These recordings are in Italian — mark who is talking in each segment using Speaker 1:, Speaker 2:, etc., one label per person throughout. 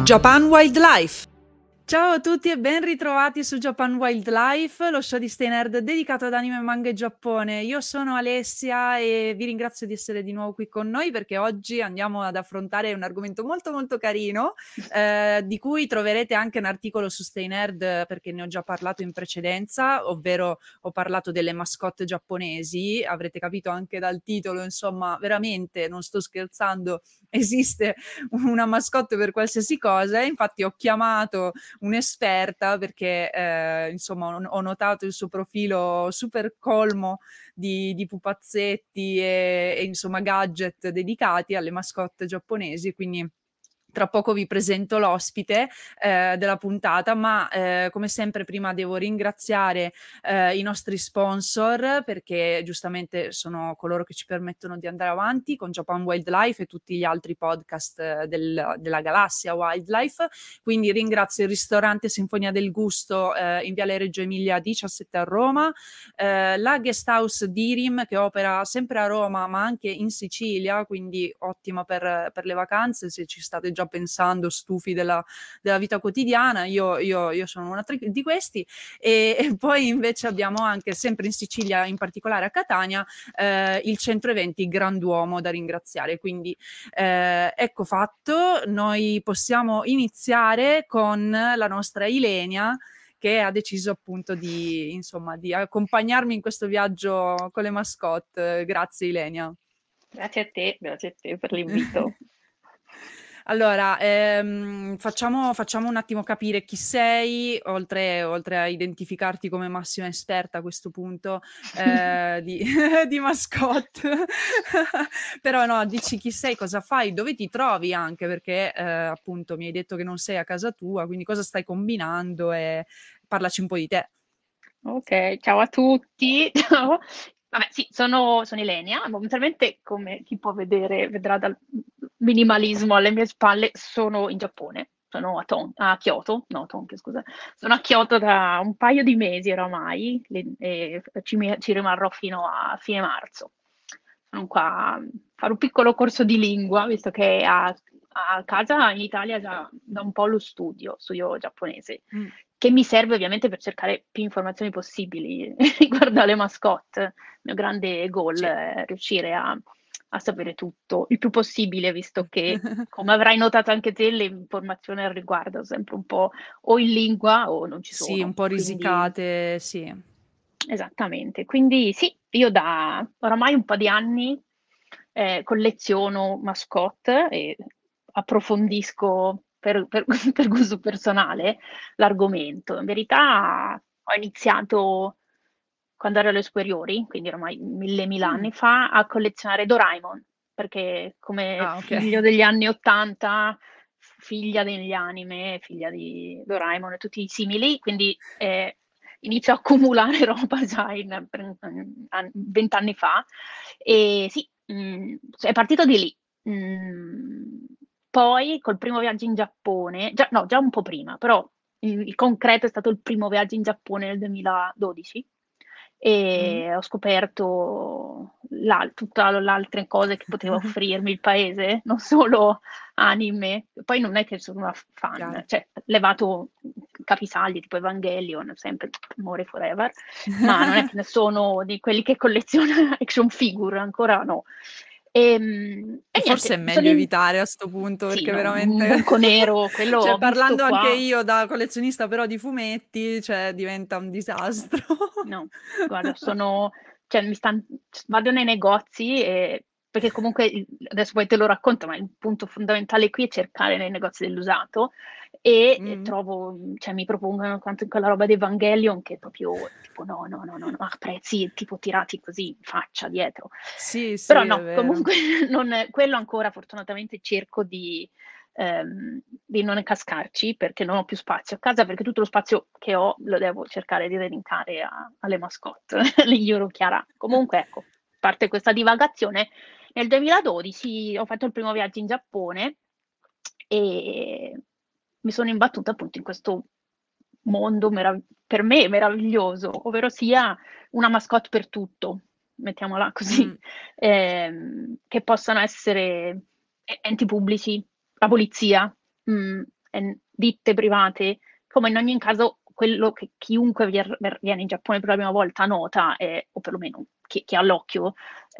Speaker 1: Japan Wildlife. Ciao a tutti e ben ritrovati su Japan Wildlife, lo show di Stay Nerd dedicato ad anime, manga e Giappone. Io sono Alessia e vi ringrazio di essere di nuovo qui con noi perché oggi andiamo ad affrontare un argomento molto molto carino, di cui troverete anche un articolo su Stay Nerd perché ne ho già parlato in precedenza, ovvero ho parlato delle mascotte giapponesi. Avrete capito anche dal titolo, insomma, veramente non sto scherzando, esiste una mascotte per qualsiasi cosa. Infatti ho chiamato un'esperta perché insomma ho notato il suo profilo super colmo di pupazzetti e insomma gadget dedicati alle mascotte giapponesi, quindi tra poco vi presento l'ospite della puntata, ma come sempre prima devo ringraziare i nostri sponsor perché giustamente sono coloro che ci permettono di andare avanti con Japan Wildlife e tutti gli altri podcast della galassia Wildlife. Quindi ringrazio il ristorante Sinfonia del Gusto in Viale Reggio Emilia 17 a Roma, la Guest House Dirim che opera sempre a Roma ma anche in Sicilia, quindi ottima per le vacanze se ci state già pensando, stufi della vita quotidiana. Io sono una di questi e poi invece abbiamo anche sempre in Sicilia, in particolare a Catania, il centro eventi Granduomo da ringraziare. Quindi ecco fatto, noi possiamo iniziare con la nostra Ilenia che ha deciso appunto di accompagnarmi in questo viaggio con le mascotte. Grazie Ilenia.
Speaker 2: Grazie a te per l'invito.
Speaker 1: Allora, facciamo un attimo capire chi sei, oltre a identificarti come massima esperta a questo punto di, di mascotte. Però no, dici chi sei, cosa fai, dove ti trovi anche, perché appunto mi hai detto che non sei a casa tua, quindi cosa stai combinando e parlaci un po' di te.
Speaker 2: Ok, ciao a tutti. Ciao. Vabbè, sì, sono Ilenia. Momentaneamente, come chi può vedere, vedrà dal minimalismo alle mie spalle, sono in Giappone. Sono a Kyoto, no, Tokyo, scusa. Sono a Kyoto da un paio di mesi oramai e ci rimarrò fino a fine marzo. Sono qua a fare un piccolo corso di lingua, visto che a casa in Italia già da un po' lo studio giapponese,
Speaker 1: Mm.
Speaker 2: che mi serve ovviamente per cercare più informazioni possibili riguardo alle mascotte. Il mio grande goal
Speaker 1: Sì.
Speaker 2: è riuscire a sapere tutto il più possibile, visto che, come avrai notato anche te, le informazioni al riguardo sono sempre un po' o in lingua o non ci
Speaker 1: Sì, un
Speaker 2: sono.
Speaker 1: po'
Speaker 2: Quindi,
Speaker 1: risicate, sì.
Speaker 2: esattamente. Quindi sì, io da oramai un po' di anni colleziono mascotte e approfondisco per gusto personale l'argomento. In verità ho iniziato quando ero alle superiori, quindi ormai mille
Speaker 1: Mm.
Speaker 2: anni fa, a collezionare Doraemon, perché come
Speaker 1: Ah, ok.
Speaker 2: figlio degli anni Ottanta, figlia degli anime, figlia di Doraemon e tutti i simili, quindi inizio a accumulare roba già 20 anni fa. E sì, è partito di lì. Poi col primo viaggio in Giappone, no, già un po' prima, però il concreto è stato il primo viaggio in Giappone nel 2012
Speaker 1: Mm.
Speaker 2: e ho scoperto tutte le altre cose che poteva offrirmi il paese, non solo anime. Poi non è che sono una fan,
Speaker 1: Chiaro.
Speaker 2: cioè levato capisaldi tipo Evangelion, sempre amore forever, ma non è che ne sono di quelli che colleziona action figure, ancora no. E
Speaker 1: Forse
Speaker 2: niente,
Speaker 1: è meglio evitare a sto punto
Speaker 2: sì,
Speaker 1: perché
Speaker 2: no, un
Speaker 1: veramente,
Speaker 2: buco nero, quello
Speaker 1: cioè
Speaker 2: ho visto
Speaker 1: parlando anche
Speaker 2: qua.
Speaker 1: io da collezionista però di fumetti, cioè diventa un disastro.
Speaker 2: No, guarda, cioè, vado nei negozi perché comunque, adesso poi te lo racconto, ma il punto fondamentale qui è cercare nei negozi dell'usato e
Speaker 1: Mm.
Speaker 2: trovo, cioè mi propongono tanto quella roba di Evangelion che è proprio tipo no, no, no, no, no, a prezzi tipo tirati così in faccia dietro.
Speaker 1: Sì,
Speaker 2: Però
Speaker 1: sì, è
Speaker 2: no,
Speaker 1: vero.
Speaker 2: comunque quello ancora fortunatamente cerco di non cascarci perché non ho più spazio a casa, perché tutto lo spazio che ho lo devo cercare di dedicare alle mascotte, gli giuro chiara. Comunque ecco, a parte questa divagazione, nel 2012 ho fatto il primo viaggio in Giappone e mi sono imbattuta appunto in questo mondo per me meraviglioso, ovvero sia una mascotte per tutto, mettiamola così,
Speaker 1: Mm.
Speaker 2: che possano essere enti pubblici, la polizia, ditte private, come in ogni caso quello che chiunque viene in Giappone per la prima volta nota, o perlomeno chi ha l'occhio,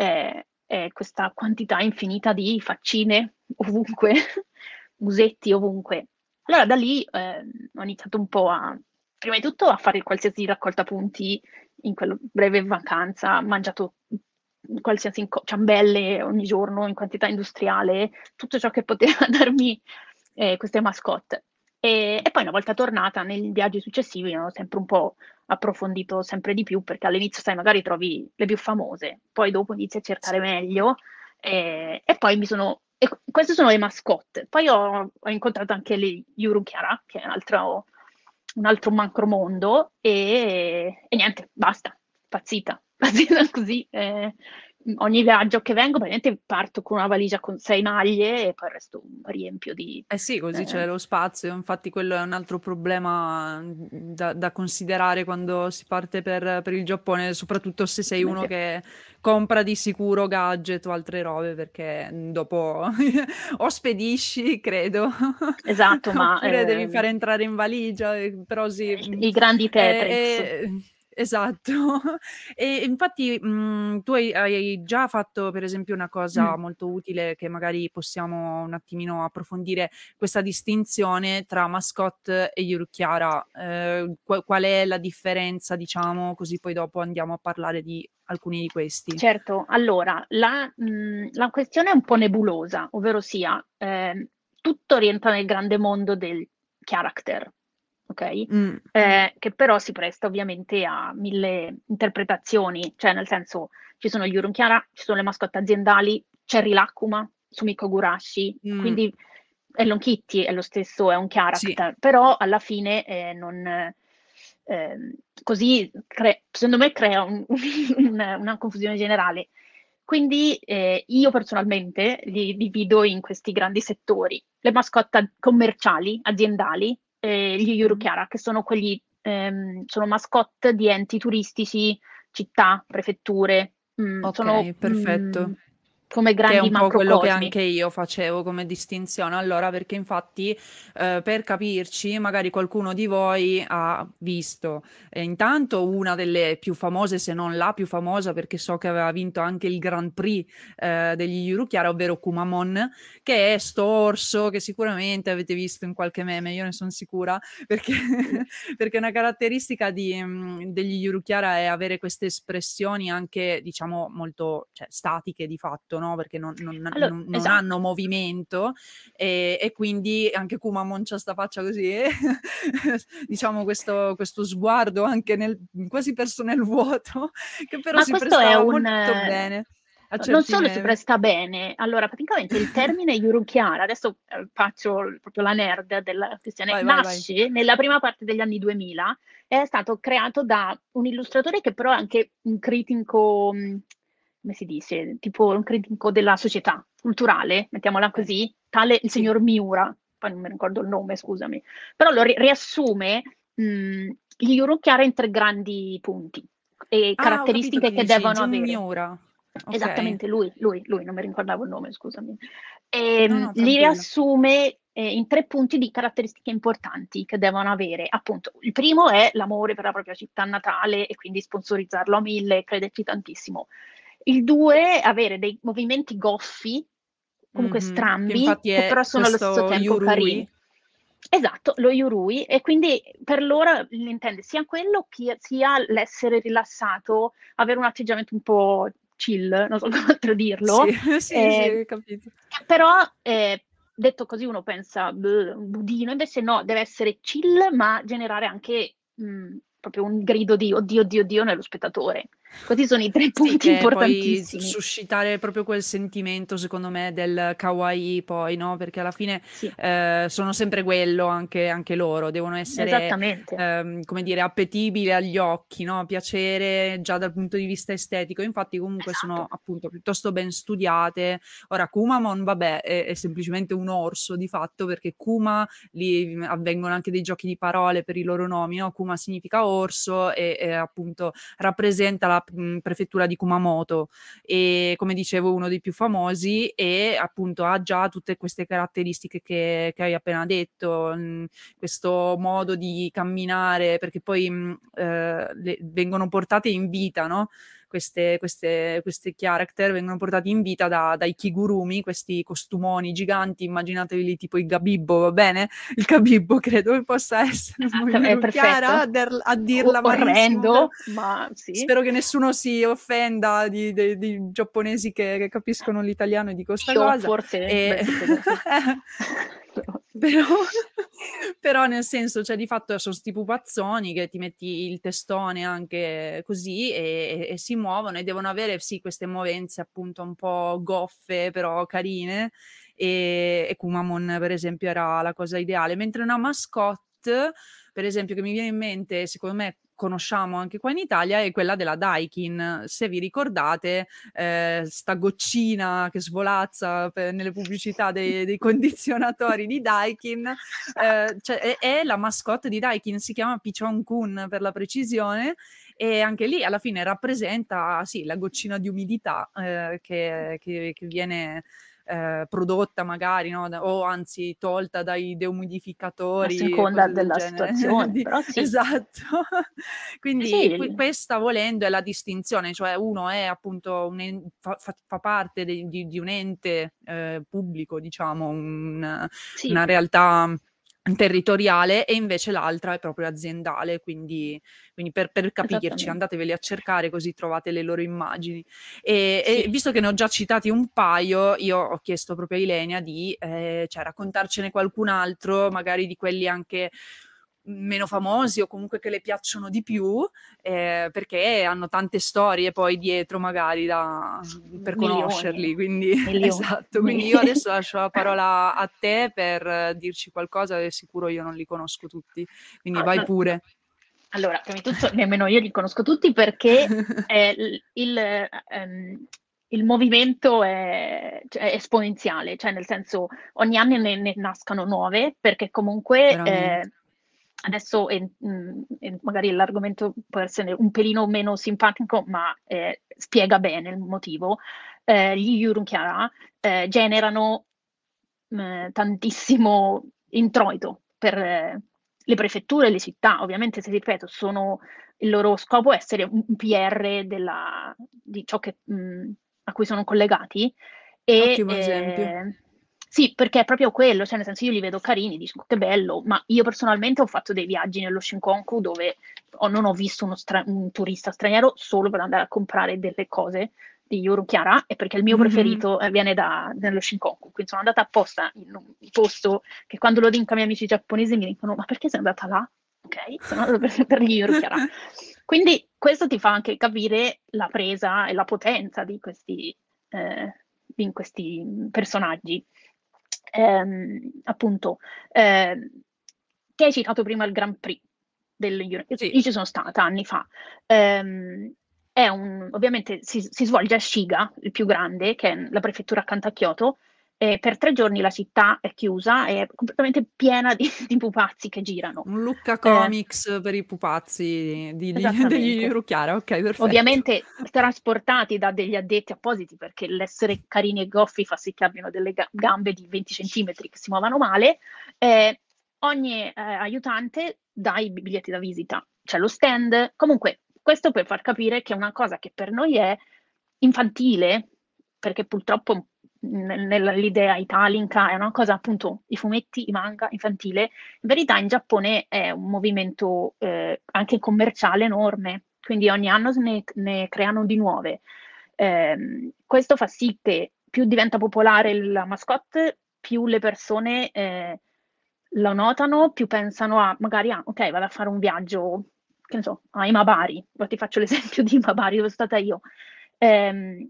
Speaker 2: è questa quantità infinita di faccine ovunque, musetti ovunque. Allora da lì ho iniziato un po' prima di tutto a fare qualsiasi raccolta punti in quella breve vacanza, ho mangiato qualsiasi ciambelle ogni giorno in quantità industriale, tutto ciò che poteva darmi queste mascotte. E poi una volta tornata nei viaggi successivi ho sempre un po' approfondito sempre di più, perché all'inizio, sai, magari trovi le più famose, poi dopo inizi a cercare meglio e poi queste sono le mascotte. Poi ho incontrato anche le Yurukyara, che è un altro macromondo, e niente, basta, pazzita, pazzita così. Ogni viaggio che vengo, praticamente parto con una valigia con 6 maglie e poi il resto riempio di...
Speaker 1: Eh sì, così c'è lo spazio, infatti quello è un altro problema da considerare quando si parte per il Giappone, soprattutto se sei uno che compra di sicuro gadget o altre robe, perché dopo o spedisci, credo,
Speaker 2: Esatto, ma
Speaker 1: oppure devi fare entrare in valigia, però sì.
Speaker 2: i grandi Tetris.
Speaker 1: Esatto. E infatti tu hai già fatto per esempio una cosa molto utile che magari possiamo un attimino approfondire, questa distinzione tra mascotte e Yurukyara. Qual è la differenza, diciamo, così poi dopo andiamo a parlare di alcuni di questi.
Speaker 2: Certo, allora, la questione è un po' nebulosa, ovvero sia, tutto rientra nel grande mondo del character, ok? Che però si presta ovviamente a 1000 interpretazioni, cioè nel senso ci sono gli Urunchiara, ci sono le mascotte aziendali, c'è Rilakkuma, Sumiko Gurashi, quindi Hello Kitty è lo stesso, è un character, però alla fine così secondo me crea una confusione generale. Quindi io personalmente li divido in questi grandi settori: le mascotte commerciali, aziendali, gli Yurukyara, che sono sono mascotte di enti turistici, città, prefetture, sono
Speaker 1: perfetto.
Speaker 2: come
Speaker 1: Che è
Speaker 2: grandi
Speaker 1: un po' quello che
Speaker 2: macrocosmi.
Speaker 1: anche io facevo come distinzione allora, perché infatti per capirci, magari qualcuno di voi ha visto intanto una delle più famose, se non la più famosa, perché so che aveva vinto anche il Grand Prix degli Yurukyara, ovvero Kumamon, che è sto orso che sicuramente avete visto in qualche meme, io ne sono sicura, perché, perché una caratteristica degli Yurukyara è avere queste espressioni anche, diciamo, molto statiche di fatto, no? Perché non
Speaker 2: Esatto.
Speaker 1: hanno movimento e quindi anche Kumamon c'ha sta faccia così, diciamo questo sguardo anche quasi perso nel vuoto, che però
Speaker 2: Ma
Speaker 1: si
Speaker 2: questo è
Speaker 1: prestava molto bene a
Speaker 2: non
Speaker 1: certi
Speaker 2: solo si
Speaker 1: meme.
Speaker 2: presta bene, allora praticamente il termine Yurukyara, adesso faccio proprio la nerd della questione,
Speaker 1: Vai.
Speaker 2: nasce nella prima parte degli anni 2000, è stato creato da un illustratore che però è anche un critico, come si dice, tipo un critico della società culturale, mettiamola così, tale il
Speaker 1: Sì.
Speaker 2: signor Miura, poi non mi ricordo il nome, scusami, però lo riassume gli Yurukyara in 3 grandi punti e
Speaker 1: Ah, ho capito
Speaker 2: caratteristiche
Speaker 1: chi
Speaker 2: che
Speaker 1: dici,
Speaker 2: devono
Speaker 1: Jun
Speaker 2: avere.
Speaker 1: Miura. Ok.
Speaker 2: Esattamente lui, non mi ricordavo il nome, scusami.
Speaker 1: No,
Speaker 2: Li
Speaker 1: tranquilla.
Speaker 2: riassume in 3 punti di caratteristiche importanti che devono avere. Appunto, il primo è l'amore per la propria città natale e quindi sponsorizzarlo a 1000, crederci tantissimo. Il 2, avere dei movimenti goffi, comunque
Speaker 1: Che
Speaker 2: strambi,
Speaker 1: infatti
Speaker 2: che
Speaker 1: è
Speaker 2: però sono allo stesso
Speaker 1: questo
Speaker 2: tempo
Speaker 1: Yurui.
Speaker 2: carini. Esatto, lo Yurui, e quindi per loro intende sia quello sia l'essere rilassato, avere un atteggiamento un po' chill, non so come altro dirlo,
Speaker 1: Sì, sì, ho capito.
Speaker 2: però detto così uno pensa un budino, invece no, deve essere chill ma generare anche proprio un grido di oddio, oddio, oddio nello spettatore. Questi sono i 3
Speaker 1: Sì,
Speaker 2: punti
Speaker 1: che poi
Speaker 2: importantissimi.
Speaker 1: suscitare proprio quel sentimento, secondo me, del kawaii poi, no? Perché alla fine
Speaker 2: Sì,
Speaker 1: sono sempre quello, anche loro, devono essere,
Speaker 2: esattamente.
Speaker 1: come dire, appetibili agli occhi, no? Piacere già dal punto di vista estetico. Infatti comunque sono
Speaker 2: Esatto.
Speaker 1: appunto piuttosto ben studiate. Ora, Kumamon, vabbè, è semplicemente un orso di fatto, perché Kuma, lì avvengono anche dei giochi di parole per i loro nomi, no? Kuma significa orso e appunto rappresenta la nella prefettura di Kumamoto, e come dicevo uno dei più famosi, e appunto ha già tutte queste caratteristiche che hai appena detto, questo modo di camminare, perché poi vengono portate in vita, no? Queste character vengono portati in vita dai kigurumi, questi costumoni giganti, immaginatevi tipo il gabibbo, va bene? Il gabibbo credo che possa essere un
Speaker 2: Esatto, è
Speaker 1: Yuru
Speaker 2: perfetto.
Speaker 1: Chiara a dirla malissimo, però
Speaker 2: Orrendo, ma sì.
Speaker 1: spero che nessuno si offenda di giapponesi che capiscono l'italiano e di questa
Speaker 2: Io
Speaker 1: cosa.
Speaker 2: forse,
Speaker 1: E...
Speaker 2: beh sì, credo sì. Però sì.
Speaker 1: Però, però nel senso, cioè di fatto sono sti pupazzoni che ti metti il testone anche così e si muovono e devono avere sì queste movenze appunto un po' goffe però carine, e Kumamon per esempio era la cosa ideale, mentre una mascotte per esempio che mi viene in mente, secondo me conosciamo anche qua in Italia, è quella della Daikin. Se vi ricordate, sta goccina che svolazza nelle pubblicità dei condizionatori di Daikin, cioè è la mascotte di Daikin, si chiama Pichon-kun per la precisione, e anche lì alla fine rappresenta sì, la goccina di umidità che viene prodotta magari, no? O anzi tolta dai
Speaker 2: A
Speaker 1: deumidificatori e
Speaker 2: seconda
Speaker 1: cose del
Speaker 2: della
Speaker 1: genere.
Speaker 2: situazione, però sì.
Speaker 1: Esatto.
Speaker 2: Sì,
Speaker 1: Quindi questa volendo è la distinzione, cioè uno è appunto fa parte di un ente pubblico, diciamo,
Speaker 2: sì,
Speaker 1: una realtà territoriale, e invece l'altra è proprio aziendale, quindi per capirci
Speaker 2: esattamente.
Speaker 1: andateveli a cercare così trovate le loro immagini. E
Speaker 2: Sì.
Speaker 1: visto che ne ho già citati un paio, io ho chiesto proprio a Ilenia di cioè, raccontarcene qualcun altro, magari di quelli anche meno famosi o comunque che le piacciono di più, perché hanno tante storie poi dietro magari per
Speaker 2: Milioni,
Speaker 1: conoscerli, quindi
Speaker 2: milioni.
Speaker 1: esatto, quindi io adesso lascio la parola a te per dirci qualcosa, e sicuro io non li conosco tutti, quindi
Speaker 2: Ah,
Speaker 1: vai
Speaker 2: no.
Speaker 1: pure.
Speaker 2: Allora, prima di tutto, nemmeno io li conosco tutti perché il movimento cioè, è esponenziale, cioè nel senso ogni anno ne nascano nuove, perché comunque
Speaker 1: Veramente.
Speaker 2: adesso magari l'argomento può essere un pelino meno simpatico, ma spiega bene il motivo. Gli Yurunkyara generano tantissimo introito per le prefetture e le città. Ovviamente, se ripeto, il loro scopo è essere un PR di ciò a cui sono collegati. E
Speaker 1: Ottimo esempio.
Speaker 2: sì, perché è proprio quello, cioè nel senso io li vedo carini, dico che bello, ma io personalmente ho fatto dei viaggi nello Shinkonku dove non ho visto un turista straniero solo per andare a comprare delle cose di Yuru Chiara, e perché il mio
Speaker 1: Mhm.
Speaker 2: preferito viene dallo Shinkonku, quindi sono andata apposta in un posto che quando lo dico ai miei amici giapponesi mi dicono ma perché sei andata là? Ok, sono andata per gli Yuru Chiara. Quindi questo ti fa anche capire la presa e la potenza in questi personaggi. Appunto, che hai citato prima il Grand Prix
Speaker 1: Sì.
Speaker 2: io ci sono stata anni fa. Ovviamente si svolge a Shiga, il più grande, che è la prefettura accanto a Kyoto, e per 3 giorni la città è chiusa, è completamente piena di pupazzi che girano.
Speaker 1: Un Lucca
Speaker 2: Eh,
Speaker 1: Comics per i pupazzi degli
Speaker 2: Esattamente.
Speaker 1: Ruchiara, ok, perfetto.
Speaker 2: Ovviamente trasportati da degli addetti appositi, perché l'essere carini e goffi fa sì che abbiano delle gambe di 20 centimetri che si muovano male. Ogni aiutante dà i biglietti da visita, c'è lo stand. Comunque, questo per far capire che è una cosa che per noi è infantile, perché purtroppo nell'idea italica è una cosa appunto, i fumetti, i manga, infantile. In verità in Giappone è un movimento anche commerciale enorme, quindi ogni anno ne creano di nuove. Questo fa sì che più diventa popolare la mascotte, più le persone lo notano, più pensano magari, ok, vado a fare un viaggio, che ne so, a Imabari. Ora ti faccio l'esempio di Imabari, dove sono stata io. Ehm,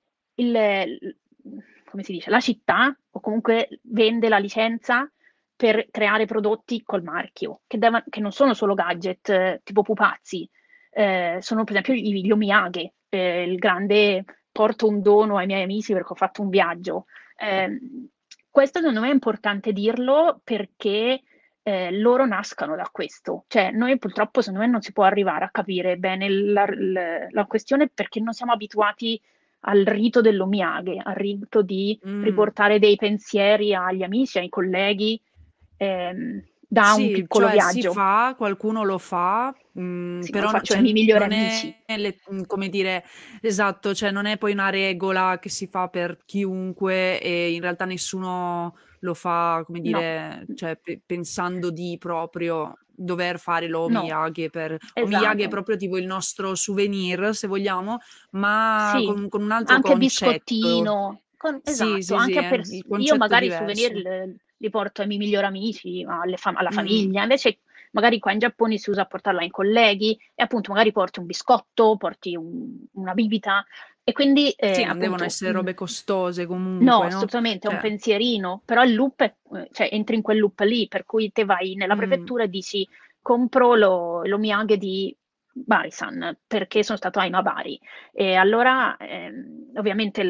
Speaker 2: come si dice, la città o comunque vende la licenza per creare prodotti col marchio, che non sono solo gadget tipo pupazzi, sono per esempio gli omiyage, il grande porto un dono ai miei amici perché ho fatto un viaggio. Questo secondo me è importante dirlo perché loro nascano da questo. Cioè, noi purtroppo, secondo me, non si può arrivare a capire bene la questione perché non siamo abituati al rito dell'omiyage, al rito di
Speaker 1: Mm.
Speaker 2: riportare dei pensieri agli amici, ai colleghi, da un
Speaker 1: Sì,
Speaker 2: piccolo
Speaker 1: cioè si
Speaker 2: viaggio.
Speaker 1: fa, qualcuno lo fa,
Speaker 2: Sì, ma lo
Speaker 1: però
Speaker 2: faccio ai miei
Speaker 1: cioè,
Speaker 2: migliori
Speaker 1: non
Speaker 2: amici.
Speaker 1: è, come dire, esatto, cioè non è poi una regola che si fa per chiunque e in realtà nessuno lo fa, come
Speaker 2: No,
Speaker 1: dire, cioè pensando di proprio dover fare lo
Speaker 2: no,
Speaker 1: Omiyage Omiyage è
Speaker 2: esatto.
Speaker 1: proprio tipo il nostro souvenir, se vogliamo, ma
Speaker 2: Sì,
Speaker 1: con un altro
Speaker 2: anche
Speaker 1: concetto.
Speaker 2: biscottino,
Speaker 1: Sì,
Speaker 2: esatto,
Speaker 1: sì, sì,
Speaker 2: anche
Speaker 1: è il
Speaker 2: io
Speaker 1: concetto è
Speaker 2: magari i souvenir
Speaker 1: diverso.
Speaker 2: li porto ai miei migliori amici, alla
Speaker 1: Mm.
Speaker 2: famiglia, invece magari qua in Giappone si usa portarla ai colleghi e appunto magari porti un biscotto, porti una bibita e quindi
Speaker 1: Sì, non devono
Speaker 2: appunto
Speaker 1: essere robe costose
Speaker 2: no,
Speaker 1: comunque, no?
Speaker 2: assolutamente, è un
Speaker 1: Cioè,
Speaker 2: pensierino, però il loop cioè entri in quel loop lì, per cui te vai nella
Speaker 1: mm,
Speaker 2: prefettura e dici compro l'omiyage di Barisan perché sono stato a Imabari e allora ovviamente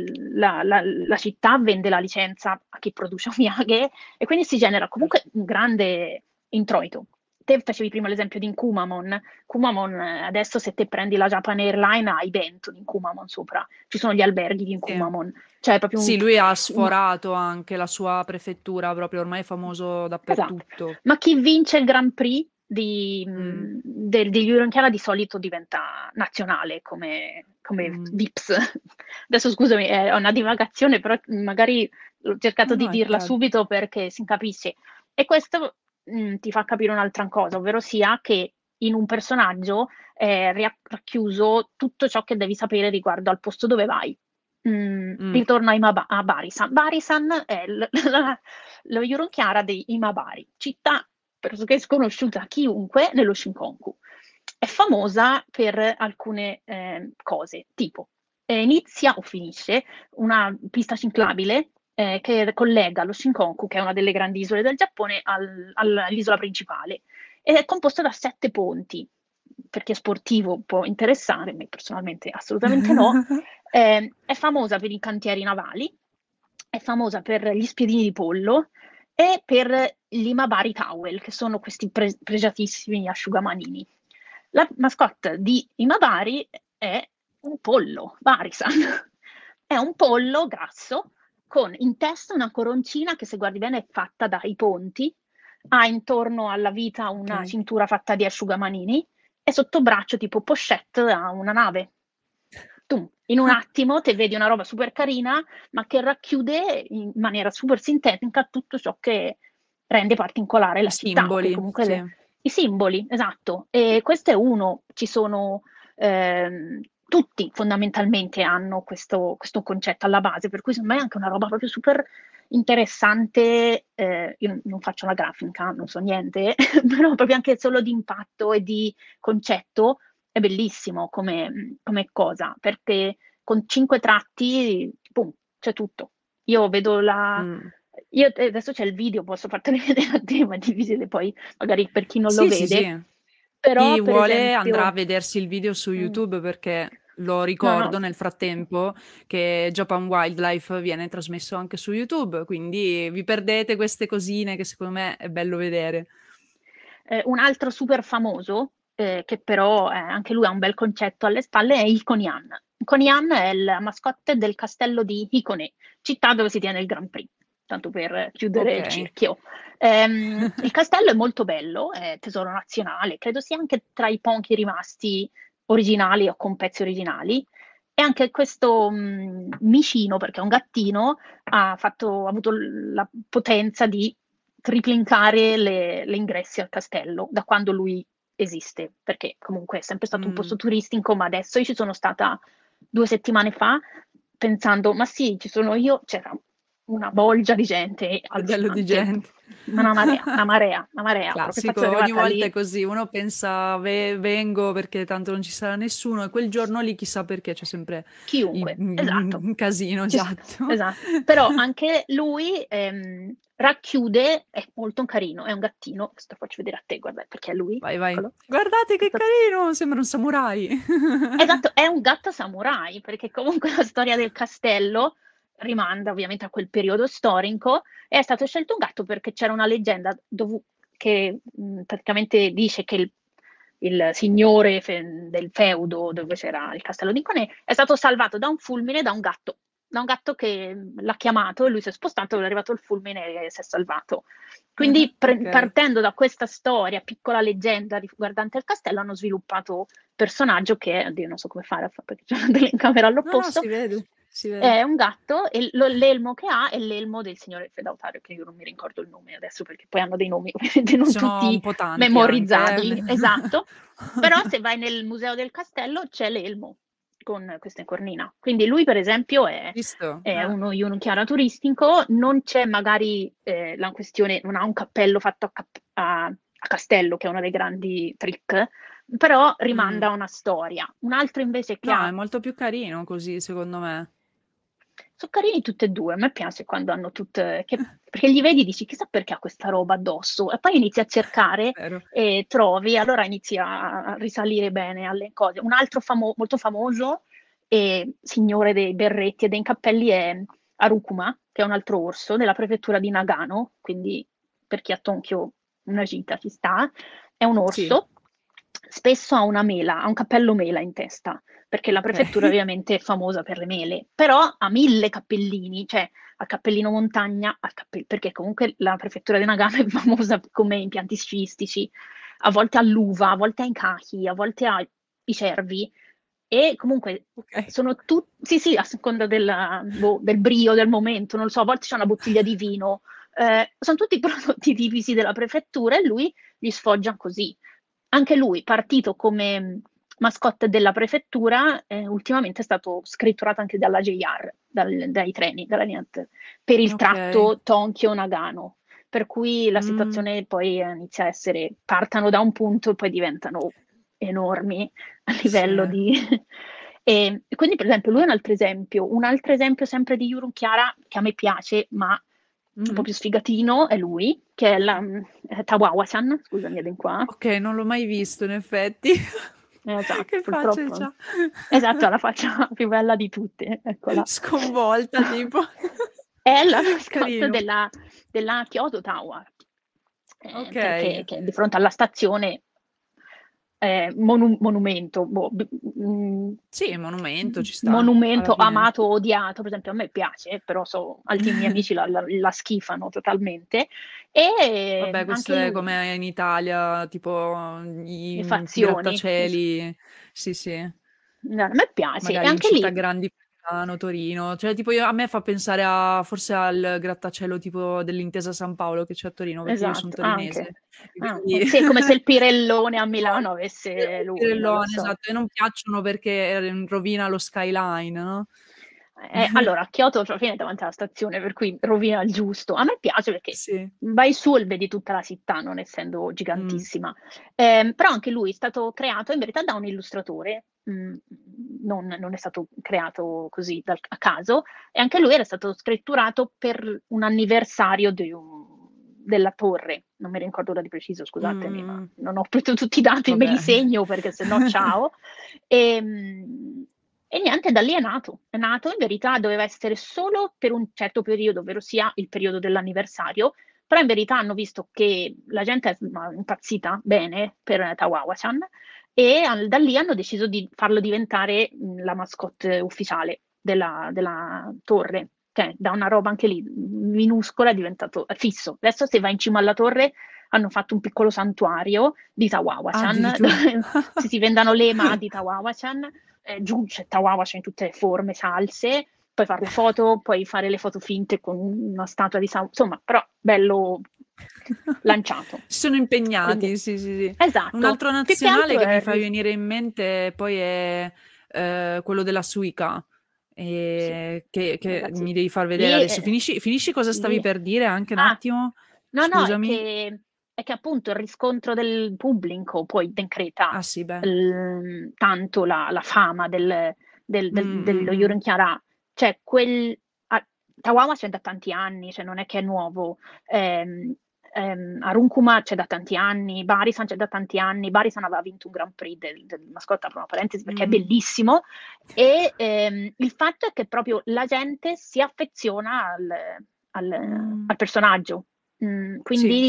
Speaker 2: la città vende la licenza a chi produce omiyage e quindi si genera comunque
Speaker 1: certo.
Speaker 2: un grande introito. Te facevi prima l'esempio di Kumamon. Kumamon, adesso se te prendi la Japan Airlines hai Bento di Kumamon sopra, ci sono gli alberghi di
Speaker 1: Sì.
Speaker 2: Kumamon, cioè è proprio
Speaker 1: Sì, lui ha
Speaker 2: un-
Speaker 1: sforato anche la sua prefettura, proprio ormai è famoso
Speaker 2: esatto.
Speaker 1: dappertutto.
Speaker 2: Ma chi vince il Grand Prix
Speaker 1: Mm,
Speaker 2: degli Eurochiara di solito diventa nazionale come
Speaker 1: mm.
Speaker 2: VIPs. Adesso scusami, è una divagazione, però magari ho cercato
Speaker 1: No,
Speaker 2: di
Speaker 1: no, è
Speaker 2: dirla
Speaker 1: chiaro.
Speaker 2: subito perché si capisce. E questo ti fa capire un'altra cosa, ovvero sia che in un personaggio è racchiuso tutto ciò che devi sapere riguardo al posto dove vai.
Speaker 1: Mm,
Speaker 2: Ritorno a Barisan. Barisan è lo Yuronchiara dei Imabari, città pressoché sconosciuta a chiunque nello Shinkonku. È famosa per alcune cose, tipo inizia o finisce una pista ciclabile che collega lo Shinkonku, che è una delle grandi isole del Giappone, all'isola principale. Ed è composta da 7 ponti. Per chi è sportivo può interessare, me personalmente assolutamente no. È famosa per i cantieri navali, è famosa per gli spiedini di pollo e per gli Imabari Towel, che sono questi pregiatissimi asciugamanini. La mascotte di Imabari è un pollo, Barisan. È un pollo grasso con in testa una coroncina che, se guardi bene, è fatta dai ponti, ha intorno alla vita una
Speaker 1: ok.
Speaker 2: cintura fatta di asciugamanini e sotto braccio tipo pochette a una nave. Tu in un attimo te vedi una roba super carina, ma che racchiude in maniera super sintetica tutto ciò che rende particolare
Speaker 1: I
Speaker 2: la città, o che
Speaker 1: simboli,
Speaker 2: comunque
Speaker 1: sì.
Speaker 2: i simboli, esatto. E questo è uno, ci sono tutti fondamentalmente hanno questo concetto alla base, per cui secondo me è anche una roba proprio super interessante. Io non faccio la grafica, non so niente, però proprio anche solo di impatto e di concetto è bellissimo come cosa, perché con 5 tratti, boom, c'è tutto. Io vedo la...
Speaker 1: Mm.
Speaker 2: Io adesso c'è il video, posso fartelo vedere a te, ma dividere poi magari per chi non lo
Speaker 1: Sì, sì,
Speaker 2: vede.
Speaker 1: sì.
Speaker 2: Però,
Speaker 1: Chi
Speaker 2: per
Speaker 1: vuole andrà a
Speaker 2: esempio...
Speaker 1: vedersi il video su
Speaker 2: mm,
Speaker 1: YouTube perché lo
Speaker 2: no, no,
Speaker 1: ricordo nel frattempo che Japan Wildlife viene trasmesso anche su YouTube, quindi vi perdete queste cosine che secondo me è bello vedere.
Speaker 2: un altro super famoso, che però anche lui ha un bel concetto alle spalle, è Hikonian. Hikonian è la mascotte del castello di Hikone, città dove si tiene il Grand Prix, tanto per chiudere
Speaker 1: Ok.
Speaker 2: il cerchio. Il castello è molto bello, è tesoro nazionale, credo sia anche tra i pochi rimasti originali o con pezzi originali. E anche questo micino, perché è un gattino, ha avuto la potenza di triplincare le ingressi al castello da quando lui esiste, perché comunque è sempre stato un posto
Speaker 1: Mm.
Speaker 2: turistico, ma adesso io ci sono stata 2 settimane fa pensando, ma sì, ci sono io, c'era una bolgia di gente
Speaker 1: Bordello di
Speaker 2: allucinante,
Speaker 1: gente.
Speaker 2: ma una marea, una marea, una marea, proprio
Speaker 1: Classico,
Speaker 2: infatti sono
Speaker 1: ogni
Speaker 2: arrivata
Speaker 1: volta è
Speaker 2: lì,
Speaker 1: così, uno pensa vengo perché tanto non ci sarà nessuno e quel giorno lì chissà perché c'è sempre
Speaker 2: chiunque, esatto.
Speaker 1: un casino, esatto.
Speaker 2: Esatto, però anche lui racchiude, è molto carino, è un gattino, questo lo faccio vedere a te, guarda, perché è lui,
Speaker 1: Vai, vai.
Speaker 2: eccolo.
Speaker 1: Guardate che
Speaker 2: Questo-
Speaker 1: carino, sembra un samurai.
Speaker 2: Esatto, è un gatto samurai, perché comunque la storia del castello rimanda ovviamente a quel periodo storico e è stato scelto un gatto perché c'era una leggenda che praticamente dice che il signore del feudo dove c'era il castello di Conè è stato salvato da un fulmine da un gatto che l'ha chiamato e lui si è spostato, è arrivato il fulmine e si è salvato. Quindi
Speaker 1: Ok.
Speaker 2: partendo da questa storia, piccola leggenda riguardante il castello, hanno sviluppato personaggio che, oddio, non so come fare perché c'è una telecamera
Speaker 1: No, no,
Speaker 2: all'opposto,
Speaker 1: si vede.
Speaker 2: è un gatto e l'elmo che ha è l'elmo del signore feudatario, che io non mi ricordo il nome adesso perché poi hanno dei nomi ovviamente non
Speaker 1: Sono un
Speaker 2: tutti
Speaker 1: po' tanti anche,
Speaker 2: memorizzabili, esatto, però se vai nel museo del castello c'è l'elmo con questa incornina. Quindi lui per esempio
Speaker 1: Visto?
Speaker 2: è uno Junchiara turistico, non c'è magari la questione, non ha un cappello fatto a castello, che è uno dei grandi trick, però
Speaker 1: Mm.
Speaker 2: rimanda a una storia. Un altro invece che
Speaker 1: No,
Speaker 2: ha
Speaker 1: è molto più carino così, secondo me.
Speaker 2: sono carini tutte e due, a me piace quando hanno tutte, perché li vedi e dici chissà perché ha questa roba addosso e poi inizi a cercare
Speaker 1: Vero.
Speaker 2: e trovi, allora inizi a risalire bene alle cose. Un altro molto famoso signore dei berretti e dei cappelli è Harukuma, che è un altro orso della prefettura di Nagano, quindi per chi ha Tokyo una gita ci sta, è un
Speaker 1: Sì,
Speaker 2: orso, spesso ha una mela, ha un cappello mela in testa perché la
Speaker 1: ok.
Speaker 2: prefettura ovviamente è famosa per le mele, però ha 1000 cappellini, cioè al cappellino montagna, perché comunque la prefettura di Nagano è famosa come impianti sciistici, a volte ha l'uva, a volte ha i cachi, a volte ha i cervi, e comunque
Speaker 1: Ok.
Speaker 2: sono tutti, sì sì, a seconda del brio del momento, non lo so, a volte c'è una bottiglia di vino, sono tutti prodotti tipici della prefettura e lui li sfoggia così. Anche lui, partito come mascotte della prefettura, ultimamente è stato scritturato anche dalla JR, dai treni, dalla linea per il
Speaker 1: Ok.
Speaker 2: tratto Tokyo-Nagano. Per cui la
Speaker 1: Mm,
Speaker 2: situazione poi inizia a essere, partano da un punto e poi diventano enormi a
Speaker 1: sì.
Speaker 2: livello di... E quindi, per esempio, lui è un altro esempio sempre di Yuru Chiara che a me piace, ma un po'
Speaker 1: Mhm.
Speaker 2: più sfigatino, è lui, che è Tawawa-chan, scusami, è di qua.
Speaker 1: Ok, non l'ho mai visto in effetti.
Speaker 2: Esatto,
Speaker 1: Che faccia
Speaker 2: purtroppo.
Speaker 1: c'ha?
Speaker 2: Esatto, ha la faccia più bella di tutte, eccola.
Speaker 1: Sconvolta, tipo.
Speaker 2: È la mascotte
Speaker 1: Carino.
Speaker 2: della Kyoto Tower,
Speaker 1: Ok.
Speaker 2: perché che è di fronte alla stazione monumento,
Speaker 1: Sì, monumento ci sta, alla
Speaker 2: monumento
Speaker 1: fine.
Speaker 2: amato, odiato, per esempio a me piace, però altri miei amici la schifano totalmente, e
Speaker 1: Vabbè, questo
Speaker 2: anche
Speaker 1: è
Speaker 2: lui,
Speaker 1: come in Italia, tipo
Speaker 2: le
Speaker 1: i
Speaker 2: fazioni,
Speaker 1: grattacieli. Sì, sì.
Speaker 2: no, a me piace, e
Speaker 1: Magari in
Speaker 2: anche
Speaker 1: città
Speaker 2: lì,
Speaker 1: grandi, Milano, Torino. Cioè, tipo, a me fa pensare forse al grattacielo tipo dell'Intesa San Paolo che c'è a Torino, perché io sono
Speaker 2: esatto, anche.
Speaker 1: torinese. E
Speaker 2: Ah,
Speaker 1: quindi...
Speaker 2: sì, è come se il Pirellone a Milano avesse
Speaker 1: Il
Speaker 2: lui, non lo
Speaker 1: Pirellone,
Speaker 2: so.
Speaker 1: esatto, e non piacciono perché rovina lo skyline, no?
Speaker 2: Allora, a Kyoto alla fine è davanti alla stazione, per cui rovina il giusto. A me piace perché
Speaker 1: Sì.
Speaker 2: vai su e vedi tutta la città, non essendo
Speaker 1: Mm.
Speaker 2: gigantissima. Però anche lui è stato creato in verità da un illustratore, non è stato creato così a caso, e anche lui era stato scritturato per un anniversario della torre. Non mi ricordo ora di preciso, scusatemi, ma
Speaker 1: Mm.
Speaker 2: non ho proprio tutti i dati, me li
Speaker 1: Vabbè.
Speaker 2: segno perché sennò ciao. E niente, da lì è nato. È nato, in verità doveva essere solo per un certo periodo, ovvero sia il periodo dell'anniversario, però in verità hanno visto che la gente è impazzita bene per Tawawa-chan e da lì hanno deciso di farlo diventare la mascotte ufficiale della torre. Cioè, da una roba anche lì minuscola è diventato fisso. Adesso se vai in cima alla torre hanno fatto un piccolo santuario di Tawawa-chan,
Speaker 1: Addirittura.
Speaker 2: dove si vendano le ema di Tawawa-chan, giù c'è Tawawa-chan in tutte le forme, salse, puoi fare le foto, puoi fare le foto finte con una statua di insomma, però bello lanciato.
Speaker 1: Si sono
Speaker 2: Quindi,
Speaker 1: impegnati, sì, sì, sì. Un
Speaker 2: esatto,
Speaker 1: altro
Speaker 2: più che
Speaker 1: nazionale
Speaker 2: altro
Speaker 1: che mi
Speaker 2: è
Speaker 1: fa venire in mente poi è quello della Suica,
Speaker 2: sì,
Speaker 1: che
Speaker 2: ragazzi,
Speaker 1: mi devi far vedere
Speaker 2: lì,
Speaker 1: adesso. Finisci cosa stavi
Speaker 2: lì
Speaker 1: per dire anche un
Speaker 2: ah,
Speaker 1: attimo?
Speaker 2: no, no, è
Speaker 1: Scusami.
Speaker 2: che appunto il riscontro del pubblico poi decreta
Speaker 1: Ah sì, beh.
Speaker 2: tanto la fama
Speaker 1: Mm, mm,
Speaker 2: dello
Speaker 1: mm.
Speaker 2: Yurin-Kyara. Cioè, Tawawa c'è da tanti anni, cioè non è che è nuovo. Ehm, Arunkuma c'è da tanti anni, Barisan c'è da tanti anni. Barisan aveva vinto un Grand Prix del mascotte, apro una parentesi, perché è
Speaker 1: Mm,
Speaker 2: bellissimo. E il fatto è che proprio la gente si affeziona al
Speaker 1: mm.
Speaker 2: personaggio.
Speaker 1: Sì.
Speaker 2: Quindi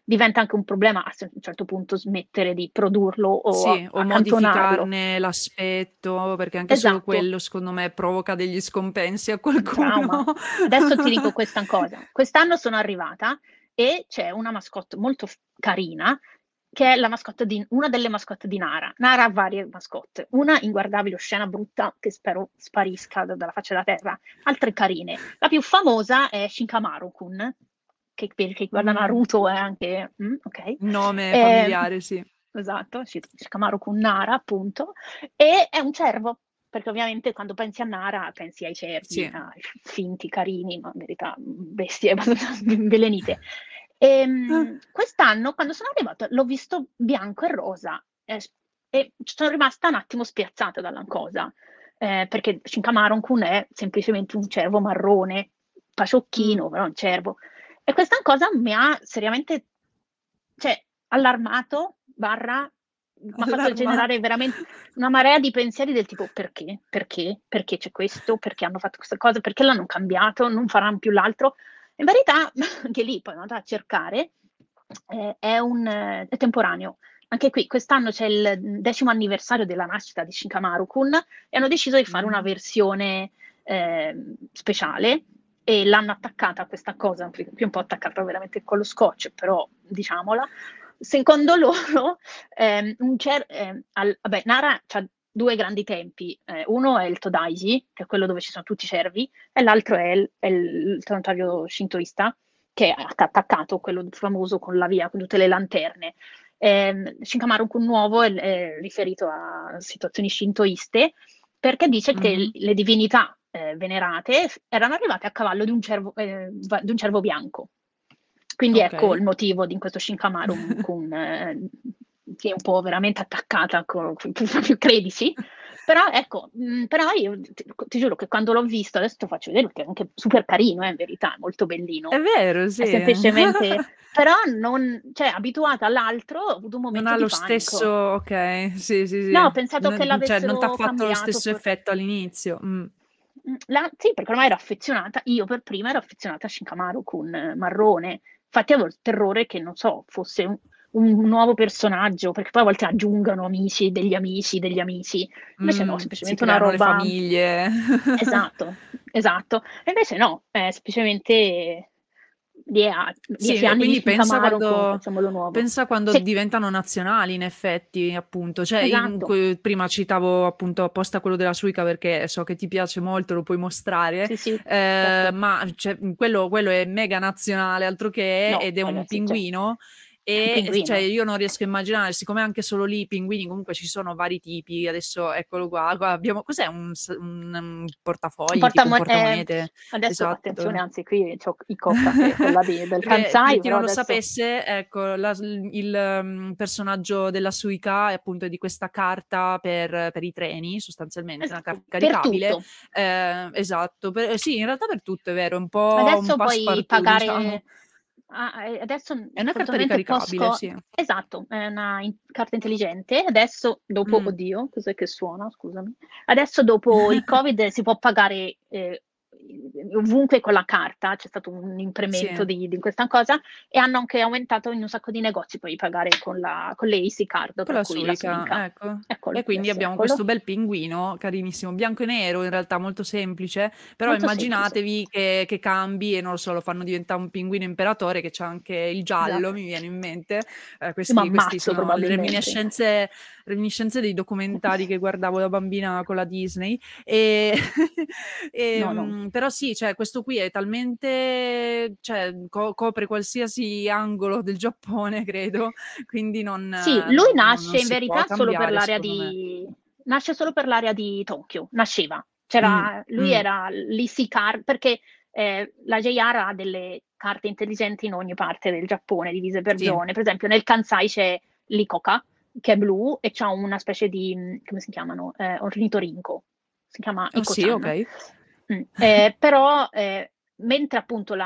Speaker 2: diventa anche un problema a un certo punto smettere di produrlo o
Speaker 1: Sì, o
Speaker 2: accantonarlo.
Speaker 1: modificarne l'aspetto, perché anche solo
Speaker 2: Esatto,
Speaker 1: quello secondo me provoca degli scompensi a
Speaker 2: un trauma.
Speaker 1: qualcuno.
Speaker 2: Adesso ti dico questa cosa. Quest'anno sono arrivata e c'è una mascotte molto carina, che è la mascotte una delle mascotte di Nara. Nara ha varie mascotte, una inguardabile, oscena, brutta, che spero sparisca dalla faccia della terra, altre carine. La più famosa è Shinkamaru-kun, che per chi guarda
Speaker 1: Mh,
Speaker 2: Naruto è anche... ok.
Speaker 1: nome
Speaker 2: Eh,
Speaker 1: familiare, sì.
Speaker 2: esatto, Shikamaru-kun Nara, appunto, e è un cervo, perché ovviamente quando pensi a Nara pensi ai cervi,
Speaker 1: Sì.
Speaker 2: finti, carini, ma in verità bestie abbastanza invelenite.
Speaker 1: Ah,
Speaker 2: Quest'anno, quando sono arrivata, l'ho visto bianco e rosa e sono rimasta un attimo spiazzata dalla cosa, perché Shinkamarun-kun è semplicemente un cervo marrone,
Speaker 1: mh.
Speaker 2: paciocchino, però un cervo. E questa cosa mi ha seriamente, cioè, allarmato, barra, mi ha fatto generare
Speaker 1: Allarmato.
Speaker 2: veramente una marea di pensieri del tipo perché? Perché? Perché c'è questo? Perché hanno fatto questa cosa? Perché l'hanno cambiato? Non faranno più l'altro? In verità, anche lì poi andata a cercare, è temporaneo. Anche qui, quest'anno c'è il 10° anniversario della nascita di Shikamaru-kun e hanno deciso di fare una
Speaker 1: Mh.
Speaker 2: versione speciale e l'hanno attaccata a questa cosa, più un po' attaccata veramente con lo scotch, però diciamola. Secondo loro, vabbè, Nara ha due grandi templi, uno è il Todaiji, che è quello dove ci sono tutti i cervi, e l'altro è il santuario shintoista, che è attaccato, quello famoso con la via, con tutte le lanterne. Shinkamarun-kun nuovo è riferito a situazioni shintoiste, perché dice che
Speaker 1: Mh-mh.
Speaker 2: le divinità venerate erano arrivate a cavallo di un cervo bianco. Quindi ecco
Speaker 1: Okay.
Speaker 2: il motivo di questo Shinkamarun che è un po' veramente attaccata, proprio credici. Però ecco, però io ti giuro che quando l'ho visto, adesso te lo faccio vedere, perché è anche super carino, in verità, è molto
Speaker 1: È
Speaker 2: bellino.
Speaker 1: vero,
Speaker 2: È
Speaker 1: sì.
Speaker 2: semplicemente, però non, cioè, abituata all'altro, ho avuto un
Speaker 1: Non
Speaker 2: momento
Speaker 1: ha
Speaker 2: di
Speaker 1: lo
Speaker 2: panico.
Speaker 1: stesso okay, sì, sì,
Speaker 2: No, ho
Speaker 1: sì.
Speaker 2: pensato che
Speaker 1: Cioè non t'ha
Speaker 2: l'avessero
Speaker 1: fatto lo
Speaker 2: cambiato.
Speaker 1: stesso effetto all'inizio.
Speaker 2: Sì, perché ormai ero affezionata, io per prima ero affezionata a Shinkamaru con marrone. Infatti avevo il terrore che, non so, fosse un nuovo personaggio, perché poi a volte aggiungono amici degli amici degli amici. Invece no,
Speaker 1: Si
Speaker 2: semplicemente una
Speaker 1: creano le
Speaker 2: roba.
Speaker 1: famiglie.
Speaker 2: Esatto, esatto. E invece no, è semplicemente
Speaker 1: Sì,
Speaker 2: 10
Speaker 1: e
Speaker 2: anni di
Speaker 1: quindi
Speaker 2: Shinkamaru facciamolo nuovo.
Speaker 1: pensa quando
Speaker 2: Sì,
Speaker 1: diventano nazionali in effetti, appunto. Cioè in
Speaker 2: esatto.
Speaker 1: prima citavo appunto apposta quello della Suica perché so che ti piace molto, lo puoi mostrare,
Speaker 2: Sì, sì, certo.
Speaker 1: ma cioè, quello è mega nazionale, altro che,
Speaker 2: No,
Speaker 1: ed è un
Speaker 2: ragazzi, cioè,
Speaker 1: pinguino.
Speaker 2: è un
Speaker 1: E cioè,
Speaker 2: pinguino.
Speaker 1: io non riesco a immaginare, siccome anche solo lì i pinguini comunque ci sono vari tipi, adesso eccolo qua abbiamo, cos'è un portafogli, tipo un portamonete?
Speaker 2: Adesso attenzione,
Speaker 1: Esatto.
Speaker 2: anzi qui c'ho i Coppa che è quella del
Speaker 1: Perché per
Speaker 2: Kansai,
Speaker 1: chi
Speaker 2: però
Speaker 1: non lo
Speaker 2: adesso
Speaker 1: sapesse, ecco, personaggio della Suica è appunto di questa carta per i treni, sostanzialmente, una
Speaker 2: esatto,
Speaker 1: carta
Speaker 2: per
Speaker 1: caricabile.
Speaker 2: tutto.
Speaker 1: Esatto, sì, in realtà per tutto è vero, un
Speaker 2: Adesso
Speaker 1: po'
Speaker 2: puoi
Speaker 1: passepartout, diciamo.
Speaker 2: pagare, adesso
Speaker 1: È una carta
Speaker 2: fortunatamente
Speaker 1: ricaricabile, sì.
Speaker 2: esatto, è una carta intelligente. Adesso, dopo,
Speaker 1: Mh.
Speaker 2: oddio, cos'è che suona? Scusami. Adesso, dopo il Covid, si può pagare ovunque con la carta, c'è stato un
Speaker 1: Sì.
Speaker 2: incremento di questa cosa e hanno anche aumentato in un sacco di negozi, puoi pagare con le Easy Card,
Speaker 1: Con
Speaker 2: tra
Speaker 1: la
Speaker 2: cui la
Speaker 1: Suica,
Speaker 2: Suica.
Speaker 1: ecco. E
Speaker 2: Eccolo,
Speaker 1: quindi
Speaker 2: adesso
Speaker 1: abbiamo questo
Speaker 2: eccolo.
Speaker 1: bel pinguino carinissimo, bianco e nero, in realtà molto semplice, però
Speaker 2: Molto semplice.
Speaker 1: immaginatevi che cambi e non lo so, lo fanno diventà un pinguino imperatore che c'ha anche il giallo,
Speaker 2: Esatto.
Speaker 1: mi viene in mente.
Speaker 2: Io mi
Speaker 1: Questi
Speaker 2: ammazzo
Speaker 1: sono le
Speaker 2: probabilmente.
Speaker 1: reminiscenze dei documentari che guardavo da bambina con la Disney. E
Speaker 2: No, no.
Speaker 1: però sì, cioè questo qui è talmente, cioè copre qualsiasi angolo del Giappone credo, quindi
Speaker 2: Sì, lui
Speaker 1: non
Speaker 2: nasce in
Speaker 1: si può
Speaker 2: verità solo per
Speaker 1: cambiare
Speaker 2: l'area
Speaker 1: secondo me.
Speaker 2: di nasce solo per l'area di Tokyo, nasceva.
Speaker 1: Mh,
Speaker 2: Lui
Speaker 1: mh,
Speaker 2: era l'Easy Card perché la JR ha delle carte intelligenti in ogni parte del Giappone, divise per
Speaker 1: sì.
Speaker 2: zone. Per esempio nel Kansai c'è l'Ikoka, che è blu e c'ha una specie di, come si chiamano? Ornitorinco. Si chiama
Speaker 1: Ah sì,
Speaker 2: Iko-chan.
Speaker 1: okay.
Speaker 2: Però mentre appunto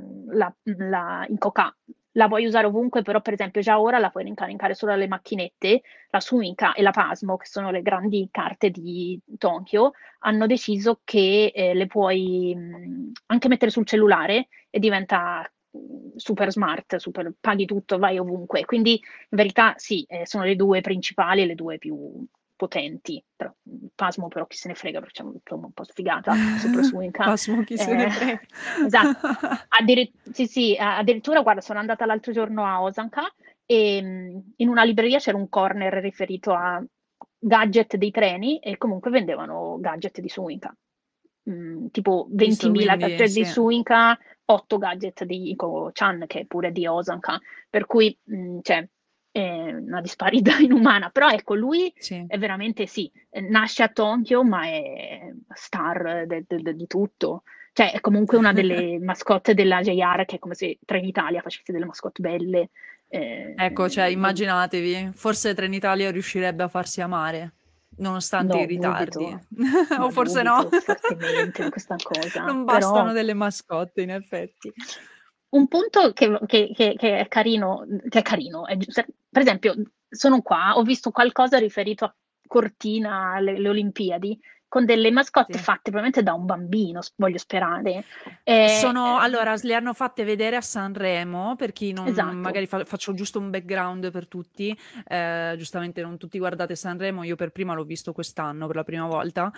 Speaker 2: la Ikoka la puoi usare ovunque, però per esempio già ora la puoi incaricare solo alle macchinette, la Suica e la Pasmo, che sono le grandi carte di Tokyo, hanno deciso che le puoi anche mettere sul cellulare e diventa super smart, super, paghi tutto, vai ovunque. Quindi in verità sì, sono le due principali e le due più potenti. Però, Pasmo però chi se ne frega perché c'è un po' sfigata sopra su Inca.
Speaker 1: Massimo, chi se ne frega.
Speaker 2: Esatto. Sì, addirittura guarda, sono andata l'altro giorno a Osaka e in una libreria c'era un corner riferito a gadget dei treni e comunque vendevano gadget di Suica. Tipo
Speaker 1: Visto,
Speaker 2: 20.000
Speaker 1: quindi
Speaker 2: gadget di
Speaker 1: sì.
Speaker 2: Suica, 8 gadget di Iko-chan, che è pure di Osaka. Per cui, cioè, è una disparità inumana. Però ecco, lui
Speaker 1: Sì.
Speaker 2: è veramente, sì, nasce a Tokyo, ma è star di tutto. Cioè, è comunque una delle mascotte della JR, che è come se Trenitalia facesse delle mascotte belle.
Speaker 1: Ecco, cioè, immaginatevi, forse Trenitalia riuscirebbe a farsi amare, nonostante i
Speaker 2: No,
Speaker 1: ritardi.
Speaker 2: dubito,
Speaker 1: O
Speaker 2: ma
Speaker 1: forse no.
Speaker 2: dubito fortemente di questa cosa.
Speaker 1: Non
Speaker 2: Però
Speaker 1: bastano delle mascotte, in effetti.
Speaker 2: un punto che è carino, per esempio, sono qua, ho visto qualcosa riferito a Cortina, alle Olimpiadi, con delle mascotte
Speaker 1: Sì.
Speaker 2: fatte probabilmente da un bambino, voglio sperare.
Speaker 1: Allora, le hanno fatte vedere a Sanremo, per chi non,
Speaker 2: Esatto.
Speaker 1: magari faccio giusto un background per tutti, giustamente non tutti guardate Sanremo, io per prima l'ho visto quest'anno per la prima volta,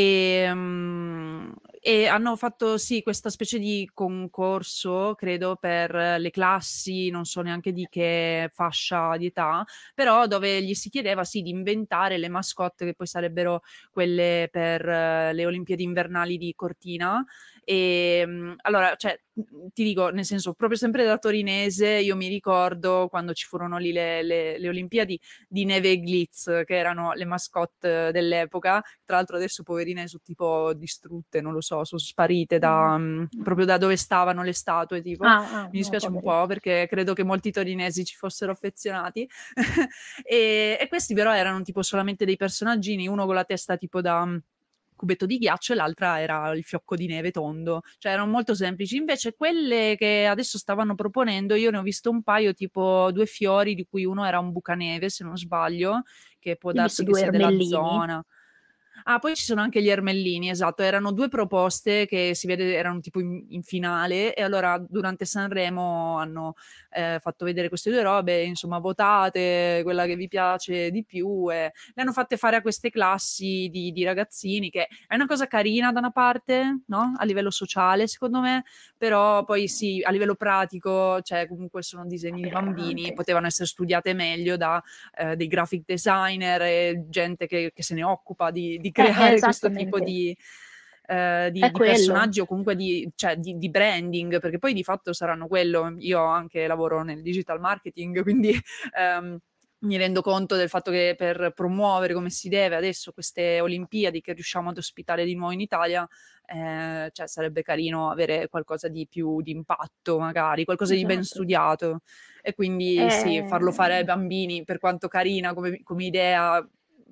Speaker 1: e hanno fatto sì questa specie di concorso, credo, per le classi, non so neanche di che fascia di età, però dove gli si chiedeva sì di inventare le mascotte che poi sarebbero quelle per le Olimpiadi invernali di Cortina. Allora, cioè, ti dico, nel senso, proprio sempre da torinese, io mi ricordo quando ci furono lì le Olimpiadi di Neve e Glitz, che erano le mascotte dell'epoca. Tra l'altro adesso poverine sono tipo distrutte, non lo so, sono sparite proprio da dove stavano le statue, tipo. Mi
Speaker 2: No,
Speaker 1: dispiace un
Speaker 2: poveri.
Speaker 1: po' perché credo che molti torinesi ci fossero affezionati. E questi però erano tipo solamente dei personaggini, uno con la testa tipo da cubetto di ghiaccio e l'altra era il fiocco di neve tondo, cioè erano molto semplici. Invece quelle che adesso stavano proponendo, io ne ho visto un paio, tipo 2 fiori, di cui uno era un bucaneve, se non sbaglio, che può
Speaker 2: Io ho visto
Speaker 1: darsi che
Speaker 2: due
Speaker 1: sia della
Speaker 2: ermellini.
Speaker 1: zona. Ah, poi ci sono anche gli ermellini, esatto, erano 2 proposte che si vede erano tipo in finale, e allora durante Sanremo hanno fatto vedere queste 2 robe, insomma votate quella che vi piace di più, e le hanno fatte fare a queste classi di ragazzini, che è una cosa carina da una parte, no? A livello sociale secondo me, però poi sì, a livello pratico, cioè comunque sono disegni di bambini,
Speaker 2: Aberrante.
Speaker 1: potevano essere studiate meglio da dei graphic designer e gente che se ne occupa di creare questo tipo
Speaker 2: Esattamente. È
Speaker 1: di
Speaker 2: quello.
Speaker 1: personaggi, o comunque cioè, di branding, perché poi di fatto saranno quello. Io anche lavoro nel digital marketing, quindi mi rendo conto del fatto che per promuovere come si deve adesso queste Olimpiadi che riusciamo ad ospitare di nuovo in Italia, cioè sarebbe carino avere qualcosa di più di impatto, magari qualcosa di ben
Speaker 2: Esatto.
Speaker 1: studiato. E quindi sì, farlo fare ai bambini, per quanto carina come idea,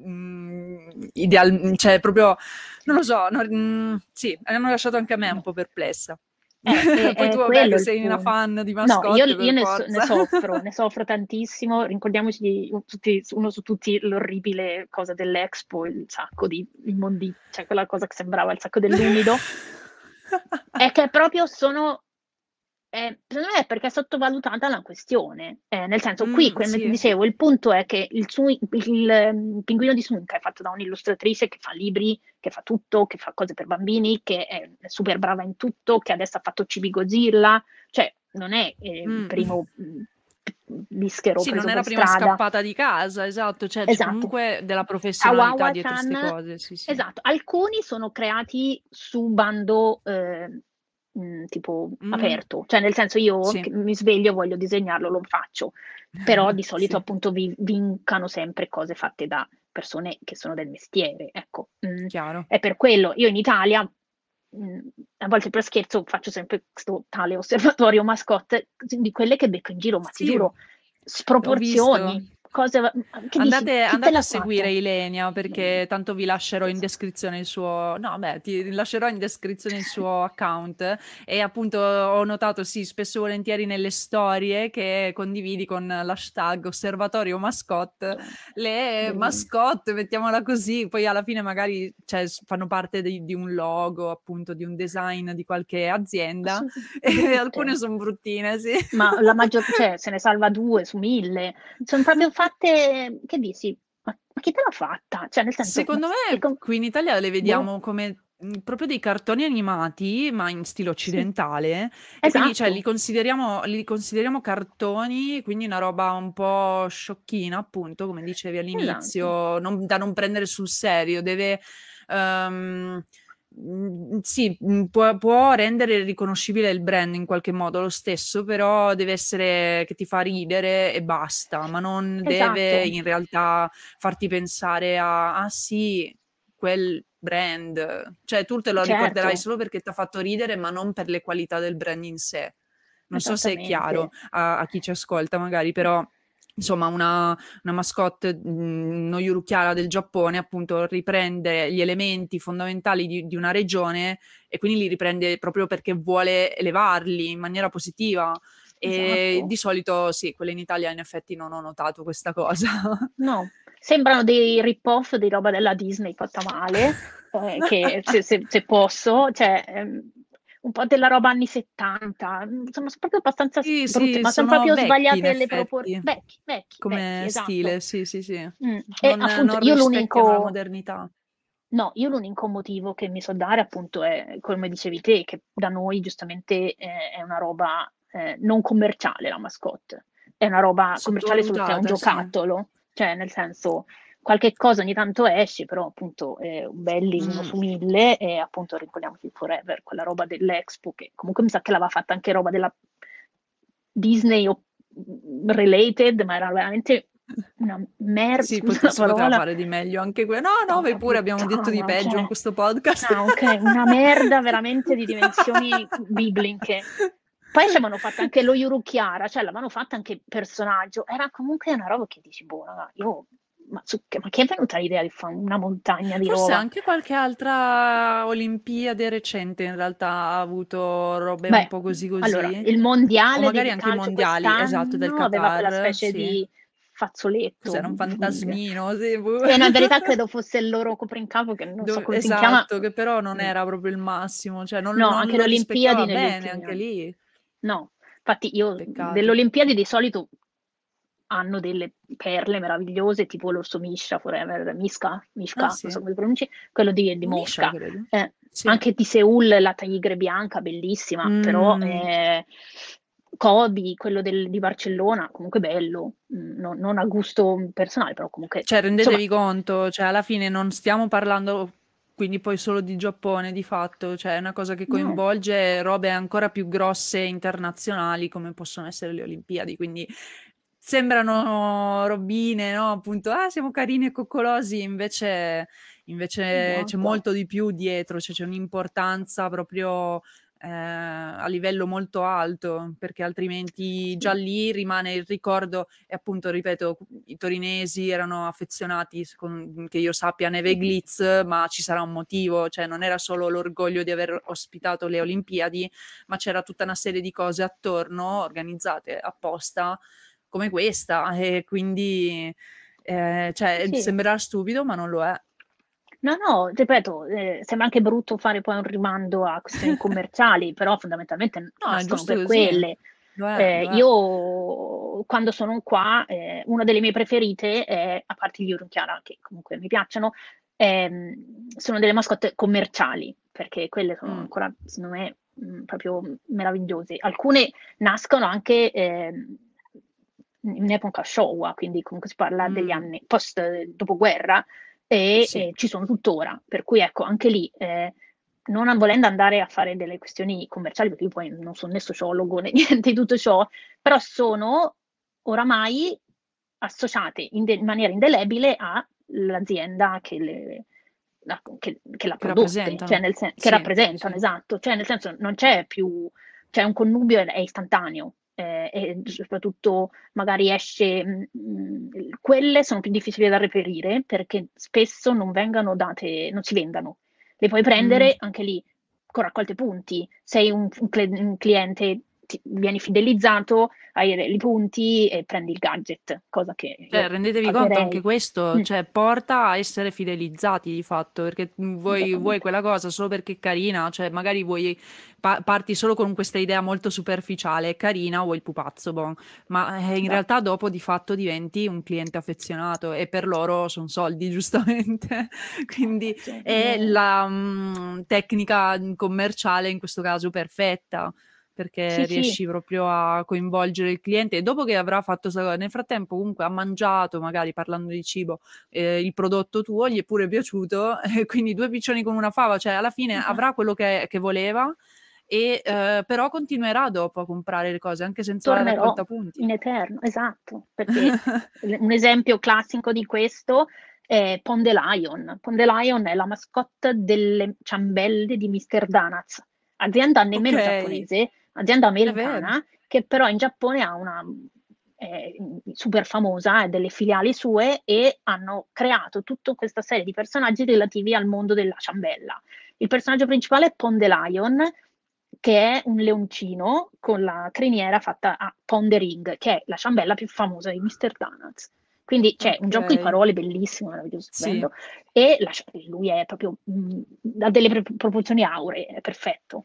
Speaker 1: cioè proprio, non lo so, sì, hanno lasciato anche a me un po' perplessa. Poi tu,
Speaker 2: È
Speaker 1: vabbè,
Speaker 2: quello
Speaker 1: che
Speaker 2: il
Speaker 1: sei una
Speaker 2: punto.
Speaker 1: fan di
Speaker 2: No, io,
Speaker 1: mascotte,
Speaker 2: io
Speaker 1: per
Speaker 2: ne
Speaker 1: forza.
Speaker 2: soffro tantissimo. Ricordiamoci uno su tutti l'orribile cosa dell'Expo, il sacco di cioè quella cosa che sembrava il sacco dell'umido. È che proprio secondo me è perché è sottovalutata la questione. Nel senso, qui, come ti
Speaker 1: Sì,
Speaker 2: dicevo, il punto è che il pinguino di Sunca è fatto da un'illustratrice che fa libri, che fa tutto, che fa cose per bambini, che è super brava in tutto, che adesso ha fatto Chibi Godzilla, cioè non è il
Speaker 1: mm.
Speaker 2: primo bischero
Speaker 1: Sì, non
Speaker 2: preso
Speaker 1: è
Speaker 2: per
Speaker 1: la prima
Speaker 2: strada.
Speaker 1: scappata di casa, esatto, cioè c'è
Speaker 2: Esatto.
Speaker 1: comunque della professionalità dietro ste
Speaker 2: Kawawa-chan,
Speaker 1: cose, sì, sì.
Speaker 2: esatto, alcuni sono creati su bando tipo
Speaker 1: Mm,
Speaker 2: aperto, cioè nel senso io
Speaker 1: sì,
Speaker 2: che mi sveglio, voglio disegnarlo, lo faccio, però di solito
Speaker 1: sì,
Speaker 2: appunto vincano sempre cose fatte da persone che sono del mestiere, ecco.
Speaker 1: chiaro.
Speaker 2: È per quello, io in Italia, a volte per scherzo faccio sempre questo tale osservatorio mascotte di quelle che becco in giro, ma ti
Speaker 1: Sì,
Speaker 2: giuro,
Speaker 1: ho visto.
Speaker 2: sproporzioni. che dici, chi te
Speaker 1: Andate
Speaker 2: l'ha
Speaker 1: a seguire
Speaker 2: fatto?
Speaker 1: Ilenia perché tanto vi lascerò in
Speaker 2: Esatto.
Speaker 1: descrizione il suo... No, beh, ti lascerò in descrizione il suo account e appunto ho notato, sì, spesso e volentieri nelle storie che condividi con l'hashtag osservatorio mascotte, le
Speaker 2: Bellissimo.
Speaker 1: mascotte, mettiamola così, poi alla fine magari cioè, fanno parte di un logo, appunto, di un design di qualche azienda
Speaker 2: Sono
Speaker 1: e alcune
Speaker 2: brutte,
Speaker 1: sono bruttine, sì.
Speaker 2: ma la maggior, cioè, se ne salva 2 su 1000. Sono proprio fatte, che dici? Ma chi te l'ha fatta? Cioè, nel senso,
Speaker 1: Secondo me qui in Italia le
Speaker 2: boh,
Speaker 1: vediamo come proprio dei cartoni animati, ma in stile
Speaker 2: sì,
Speaker 1: occidentale, e quindi cioè,
Speaker 2: esatto,
Speaker 1: li consideriamo cartoni, quindi una roba un po' sciocchina, appunto, come dicevi
Speaker 2: esatto,
Speaker 1: all'inizio, da non prendere sul serio, deve... ehm, sì, può rendere riconoscibile il brand in qualche modo lo stesso, però deve essere che ti fa ridere e basta, ma non deve
Speaker 2: esatto,
Speaker 1: in realtà farti pensare a, ah sì, quel brand. Cioè tu te lo ricorderai
Speaker 2: certo,
Speaker 1: solo perché ti ha fatto ridere, ma non per le qualità del brand in sé. Non so se è chiaro
Speaker 2: esattamente.
Speaker 1: a chi ci ascolta magari, però insomma una mascotte Noyuru del Giappone appunto riprende gli elementi fondamentali di una regione e quindi li riprende proprio perché vuole elevarli in maniera positiva. E
Speaker 2: Esatto.
Speaker 1: di solito sì, quelle in Italia in effetti non ho notato questa cosa.
Speaker 2: No, sembrano dei rip-off di roba della Disney fatta male, che se posso, cioè, un po' della roba anni 70, sono proprio abbastanza
Speaker 1: Sì,
Speaker 2: brutte,
Speaker 1: sì,
Speaker 2: ma sono
Speaker 1: sono
Speaker 2: proprio
Speaker 1: vecchi in
Speaker 2: sbagliate le proporzioni.
Speaker 1: effetti,
Speaker 2: Vecchi, vecchi, vecchi,
Speaker 1: come
Speaker 2: esatto.
Speaker 1: stile, sì, sì, sì.
Speaker 2: E appunto
Speaker 1: Non
Speaker 2: io
Speaker 1: rispecchiano la
Speaker 2: l'unico.
Speaker 1: modernità.
Speaker 2: No, io l'unico motivo che mi so dare appunto è, come dicevi te, che da noi giustamente è una roba non commerciale la mascotte, è una roba commerciale solo se è un
Speaker 1: Sottovalutata, sì.
Speaker 2: giocattolo, cioè nel senso qualche cosa ogni tanto esce, però appunto belli 1 su 1000 e appunto ricordiamoci Forever, quella roba dell'Expo che comunque mi sa che l'aveva fatta anche roba della Disney related, ma era veramente una merda,
Speaker 1: Sì,
Speaker 2: scusa la
Speaker 1: si poteva
Speaker 2: parola,
Speaker 1: fare di meglio anche quello. No, no, voi
Speaker 2: porca
Speaker 1: pure abbiamo detto di
Speaker 2: puttana,
Speaker 1: peggio in
Speaker 2: cioè,
Speaker 1: questo podcast.
Speaker 2: ah, ok, una merda veramente di dimensioni bibliche. Poi ci avevano fatto anche lo Yuruchiara, cioè l'avevano fatta anche personaggio. Era comunque una roba che dici, boh, raga, ma chi è venuta l'idea di fare una montagna di
Speaker 1: Forse
Speaker 2: roba?
Speaker 1: anche qualche altra Olimpiade recente in realtà ha avuto robe un
Speaker 2: Beh,
Speaker 1: po' così
Speaker 2: allora,
Speaker 1: così.
Speaker 2: il
Speaker 1: O
Speaker 2: mondiale
Speaker 1: magari
Speaker 2: di
Speaker 1: anche i
Speaker 2: calcio
Speaker 1: mondiali, esatto, del
Speaker 2: quest'anno aveva quella
Speaker 1: Qatar,
Speaker 2: specie
Speaker 1: sì.
Speaker 2: di fazzoletto.
Speaker 1: Cos'era un fantasmino, sì. Boh.
Speaker 2: E no, in verità credo fosse il loro copricapo, che non so come si chiama.
Speaker 1: Esatto, che però non
Speaker 2: Mm.
Speaker 1: era proprio il massimo, cioè
Speaker 2: No,
Speaker 1: non
Speaker 2: anche
Speaker 1: lo
Speaker 2: le Olimpiadi
Speaker 1: rispecchiava
Speaker 2: negli
Speaker 1: bene
Speaker 2: ultimi
Speaker 1: anche
Speaker 2: anni.
Speaker 1: lì.
Speaker 2: No, infatti io delle
Speaker 1: Peccato.
Speaker 2: Olimpiadi di solito hanno delle perle meravigliose, tipo l'orso Misha Forever,
Speaker 1: Ah
Speaker 2: Mishka, non
Speaker 1: sì,
Speaker 2: so come si pronunci, quello di
Speaker 1: Misha
Speaker 2: Mosca.
Speaker 1: credo. Sì.
Speaker 2: Anche di Seoul la tigre bianca, bellissima, però
Speaker 1: Mm.
Speaker 2: Kobe, quello di Barcellona, comunque bello, non a gusto personale, però comunque,
Speaker 1: Cioè,
Speaker 2: insomma,
Speaker 1: rendetevi conto, cioè, alla fine non stiamo parlando quindi poi solo di Giappone di fatto, cioè è una cosa che
Speaker 2: no,
Speaker 1: coinvolge robe ancora più grosse internazionali come possono essere le Olimpiadi, quindi sembrano robine, no? Appunto, ah, siamo carini e coccolosi, invece c'è
Speaker 2: esatto.
Speaker 1: molto di più dietro, cioè c'è un'importanza proprio a livello molto alto, perché altrimenti già
Speaker 2: Sì,
Speaker 1: lì rimane il ricordo e appunto, ripeto, i torinesi erano affezionati, che io sappia, a Neve Glitz, ma ci sarà un motivo, cioè non era solo l'orgoglio di aver ospitato le Olimpiadi, ma c'era tutta una serie di cose attorno, organizzate apposta, come questa, e quindi, cioè,
Speaker 2: sì.
Speaker 1: sembrerà stupido, ma non lo è.
Speaker 2: No, no, ripeto, sembra anche brutto fare poi un rimando a questioni commerciali, però fondamentalmente
Speaker 1: No, è
Speaker 2: nascono
Speaker 1: giusto
Speaker 2: per
Speaker 1: così,
Speaker 2: quelle.
Speaker 1: lo è, lo è.
Speaker 2: Io quando sono qua, una delle mie preferite è, a parte gli Chiara, che comunque mi piacciono, sono delle mascotte commerciali, perché quelle sono
Speaker 1: Mm,
Speaker 2: ancora, secondo me, proprio meravigliose. Alcune nascono anche in epoca Showa, quindi comunque si parla degli
Speaker 1: mm,
Speaker 2: anni post dopoguerra e
Speaker 1: sì.
Speaker 2: ci sono tuttora. Per cui ecco, anche lì, non volendo andare a fare delle questioni commerciali, perché io poi non sono né sociologo né niente di tutto ciò, però sono oramai associate in maniera indelebile all'azienda che l'ha
Speaker 1: Che
Speaker 2: prodotte, cioè
Speaker 1: rappresentano.
Speaker 2: che
Speaker 1: Sì, sì,
Speaker 2: rappresentano,
Speaker 1: sì.
Speaker 2: esatto, cioè nel senso non c'è più, cioè un connubio è istantaneo, e soprattutto magari esce quelle sono più difficili da reperire perché spesso non vengono date, non si vendano. Le puoi
Speaker 1: Mm.
Speaker 2: prendere anche lì con raccolte punti. Sei un cliente, vieni fidelizzato, hai i punti e prendi il gadget, cosa che
Speaker 1: Cioè,
Speaker 2: io
Speaker 1: rendetevi conto, anche
Speaker 2: pagherei.
Speaker 1: questo,
Speaker 2: Mm,
Speaker 1: cioè, porta a essere fidelizzati di fatto, perché vuoi
Speaker 2: esattamente.
Speaker 1: quella cosa solo perché è carina, cioè magari parti solo con questa idea molto superficiale, è carina, vuoi il pupazzo, bon. Ma in
Speaker 2: Esatto.
Speaker 1: realtà dopo di fatto diventi un cliente affezionato e per loro sono soldi, giustamente. Quindi
Speaker 2: Certo,
Speaker 1: è la tecnica commerciale in questo caso perfetta perché
Speaker 2: sì, sì,
Speaker 1: riesci proprio a coinvolgere il cliente e dopo che avrà fatto nel frattempo comunque ha mangiato, magari parlando di cibo, il prodotto tuo, gli è pure piaciuto, e quindi due piccioni con una fava, cioè alla fine
Speaker 2: esatto.
Speaker 1: avrà quello che voleva e però continuerà dopo a comprare le cose anche senza la
Speaker 2: Tornerò
Speaker 1: raccolta punti.
Speaker 2: in eterno, esatto, perché un esempio classico di questo è Pondelion. Pondelion è la mascotte delle ciambelle di Mr. Donuts, azienda
Speaker 1: Ok,
Speaker 2: nemmeno
Speaker 1: è
Speaker 2: giapponese, azienda
Speaker 1: vero.
Speaker 2: americana, che però in Giappone ha una è super famosa, ha delle filiali sue e hanno creato tutta questa serie di personaggi relativi al mondo della ciambella. Il personaggio principale è Pondelion, che è un leoncino con la criniera fatta a Pondering, che è la ciambella più famosa di Mr. Donuts. Quindi c'è un
Speaker 1: Ok,
Speaker 2: gioco di parole bellissimo, meraviglioso,
Speaker 1: sì.
Speaker 2: stupendo, e lui è proprio, ha delle proporzioni auree, è perfetto.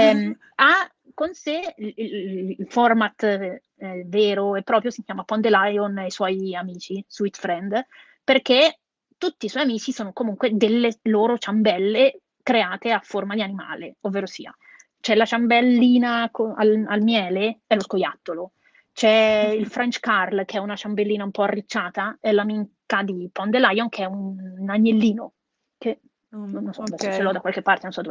Speaker 2: Ha con sé il format vero e proprio, si chiama Pondelion e i suoi amici, Sweet Friend, perché tutti i suoi amici sono comunque delle loro ciambelle create a forma di animale, ovvero sia c'è la ciambellina al miele, è lo scoiattolo. C'è il French Carl, che è una ciambellina un po' arricciata, è l'amica di Pondelion, che è un agnellino, che non so,
Speaker 1: Ok,
Speaker 2: adesso ce l'ho da qualche parte, non so dove.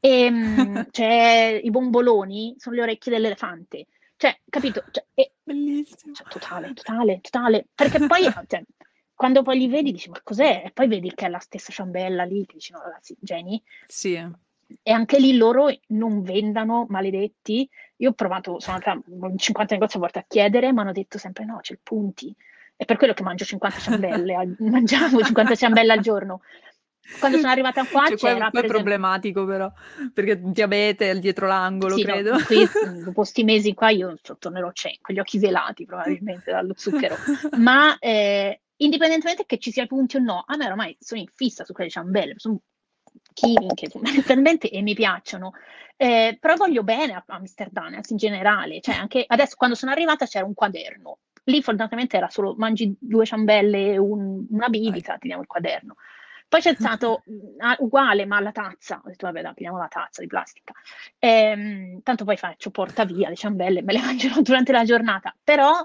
Speaker 2: C'è i bomboloni, sono le orecchie dell'elefante. Cioè, capito?
Speaker 1: bellissimo.
Speaker 2: Cioè, totale, totale, totale. Perché poi, cioè, quando poi li vedi, dici, ma cos'è? E poi vedi che è la stessa ciambella lì, che dici, no, ragazzi, geni.
Speaker 1: Sì.
Speaker 2: E anche lì loro non vendano, maledetti. Io ho provato, sono andata in 50 negozi a volte a chiedere, mi hanno detto sempre no, c'è il punti. È per quello che mangio 50 ciambelle, mangiavo 50 ciambelle al giorno. Quando sono arrivata qua
Speaker 1: Cioè,
Speaker 2: c'era,
Speaker 1: qua
Speaker 2: per
Speaker 1: è
Speaker 2: esempio,
Speaker 1: problematico però, perché diabete è dietro l'angolo,
Speaker 2: sì, no,
Speaker 1: credo.
Speaker 2: qui dopo sti mesi qua io tornerò con gli occhi velati probabilmente dallo zucchero, ma indipendentemente che ci sia punti o no, a me ormai sono in fissa su quelle ciambelle, sono chili che fondamentalmente e mi piacciono, però voglio bene a Mr. Donuts in generale, cioè anche adesso quando sono arrivata c'era un quaderno, lì fondamentalmente era solo mangi due ciambelle e una
Speaker 1: Dai.
Speaker 2: bibita, ti diamo il quaderno. Poi c'è stato uguale, ma la tazza. Ho detto, vabbè, dai, pigliamo la tazza di plastica. Tanto poi faccio porta via le ciambelle, me le mangerò durante la giornata. Però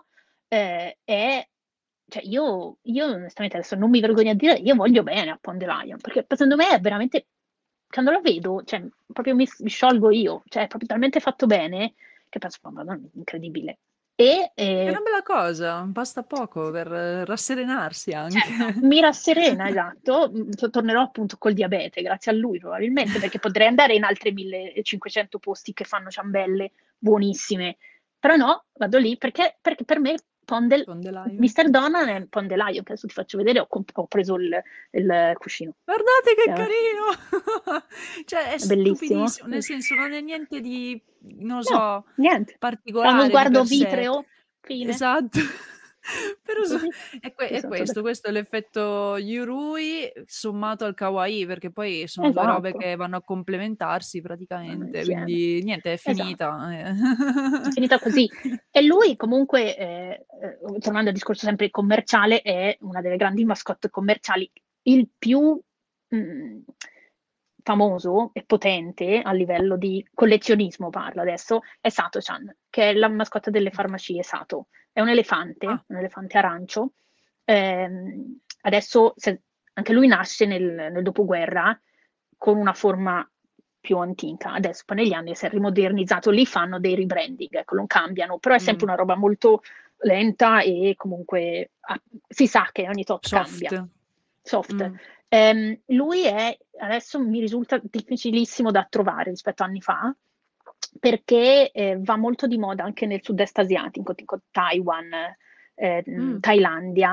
Speaker 2: cioè io onestamente adesso non mi vergogno a dire, io voglio bene a Pond Lion, perché secondo me è veramente, quando lo vedo, cioè, proprio mi sciolgo io, cioè è proprio talmente fatto bene che penso, ma madonna, incredibile. E
Speaker 1: È una bella cosa, basta poco per rasserenarsi anche.
Speaker 2: certo, mi rasserena, esatto. Tornerò appunto col diabete, grazie a lui probabilmente, perché potrei andare in altri 1500 posti che fanno ciambelle buonissime. Però no, vado lì perché per me
Speaker 1: Con The Lion.
Speaker 2: Mr. Donan è Pondelaio, che adesso ti faccio vedere, ho preso il cuscino.
Speaker 1: Guardate che
Speaker 2: Eh,
Speaker 1: carino! Cioè, è
Speaker 2: È bellissimo.
Speaker 1: stupidissimo, nel senso non è niente di, non
Speaker 2: No,
Speaker 1: so,
Speaker 2: niente. Ha uno
Speaker 1: particolare di
Speaker 2: sguardo
Speaker 1: per sé.
Speaker 2: vitreo, fine.
Speaker 1: Esatto. Però
Speaker 2: Così. Sì,
Speaker 1: è
Speaker 2: sono
Speaker 1: questo è l'effetto Yurui sommato al kawaii, perché poi sono due robe
Speaker 2: esatto.
Speaker 1: che vanno a complementarsi
Speaker 2: Vanno
Speaker 1: praticamente,
Speaker 2: insieme.
Speaker 1: quindi niente, è
Speaker 2: Esatto.
Speaker 1: finita.
Speaker 2: È finita così. E lui comunque, tornando al discorso sempre commerciale, è una delle grandi mascotte commerciali, il più mh, famoso e potente a livello di collezionismo, parlo adesso, è Sato-chan, che è la mascotte delle farmacie Sato. È
Speaker 1: Ah,
Speaker 2: un elefante arancio. Adesso anche lui nasce nel dopoguerra con una forma più antica. Adesso poi negli anni si è rimodernizzato, lì fanno dei rebranding, ecco, lo cambiano, però è sempre
Speaker 1: mm,
Speaker 2: una roba molto lenta e comunque si sa che ogni tot
Speaker 1: soft.
Speaker 2: cambia. Soft.
Speaker 1: Mm,
Speaker 2: Lui è, adesso mi risulta difficilissimo da trovare rispetto a anni fa, perché va molto di moda anche nel sud-est asiatico, tipo Taiwan,
Speaker 1: mm.
Speaker 2: Thailandia,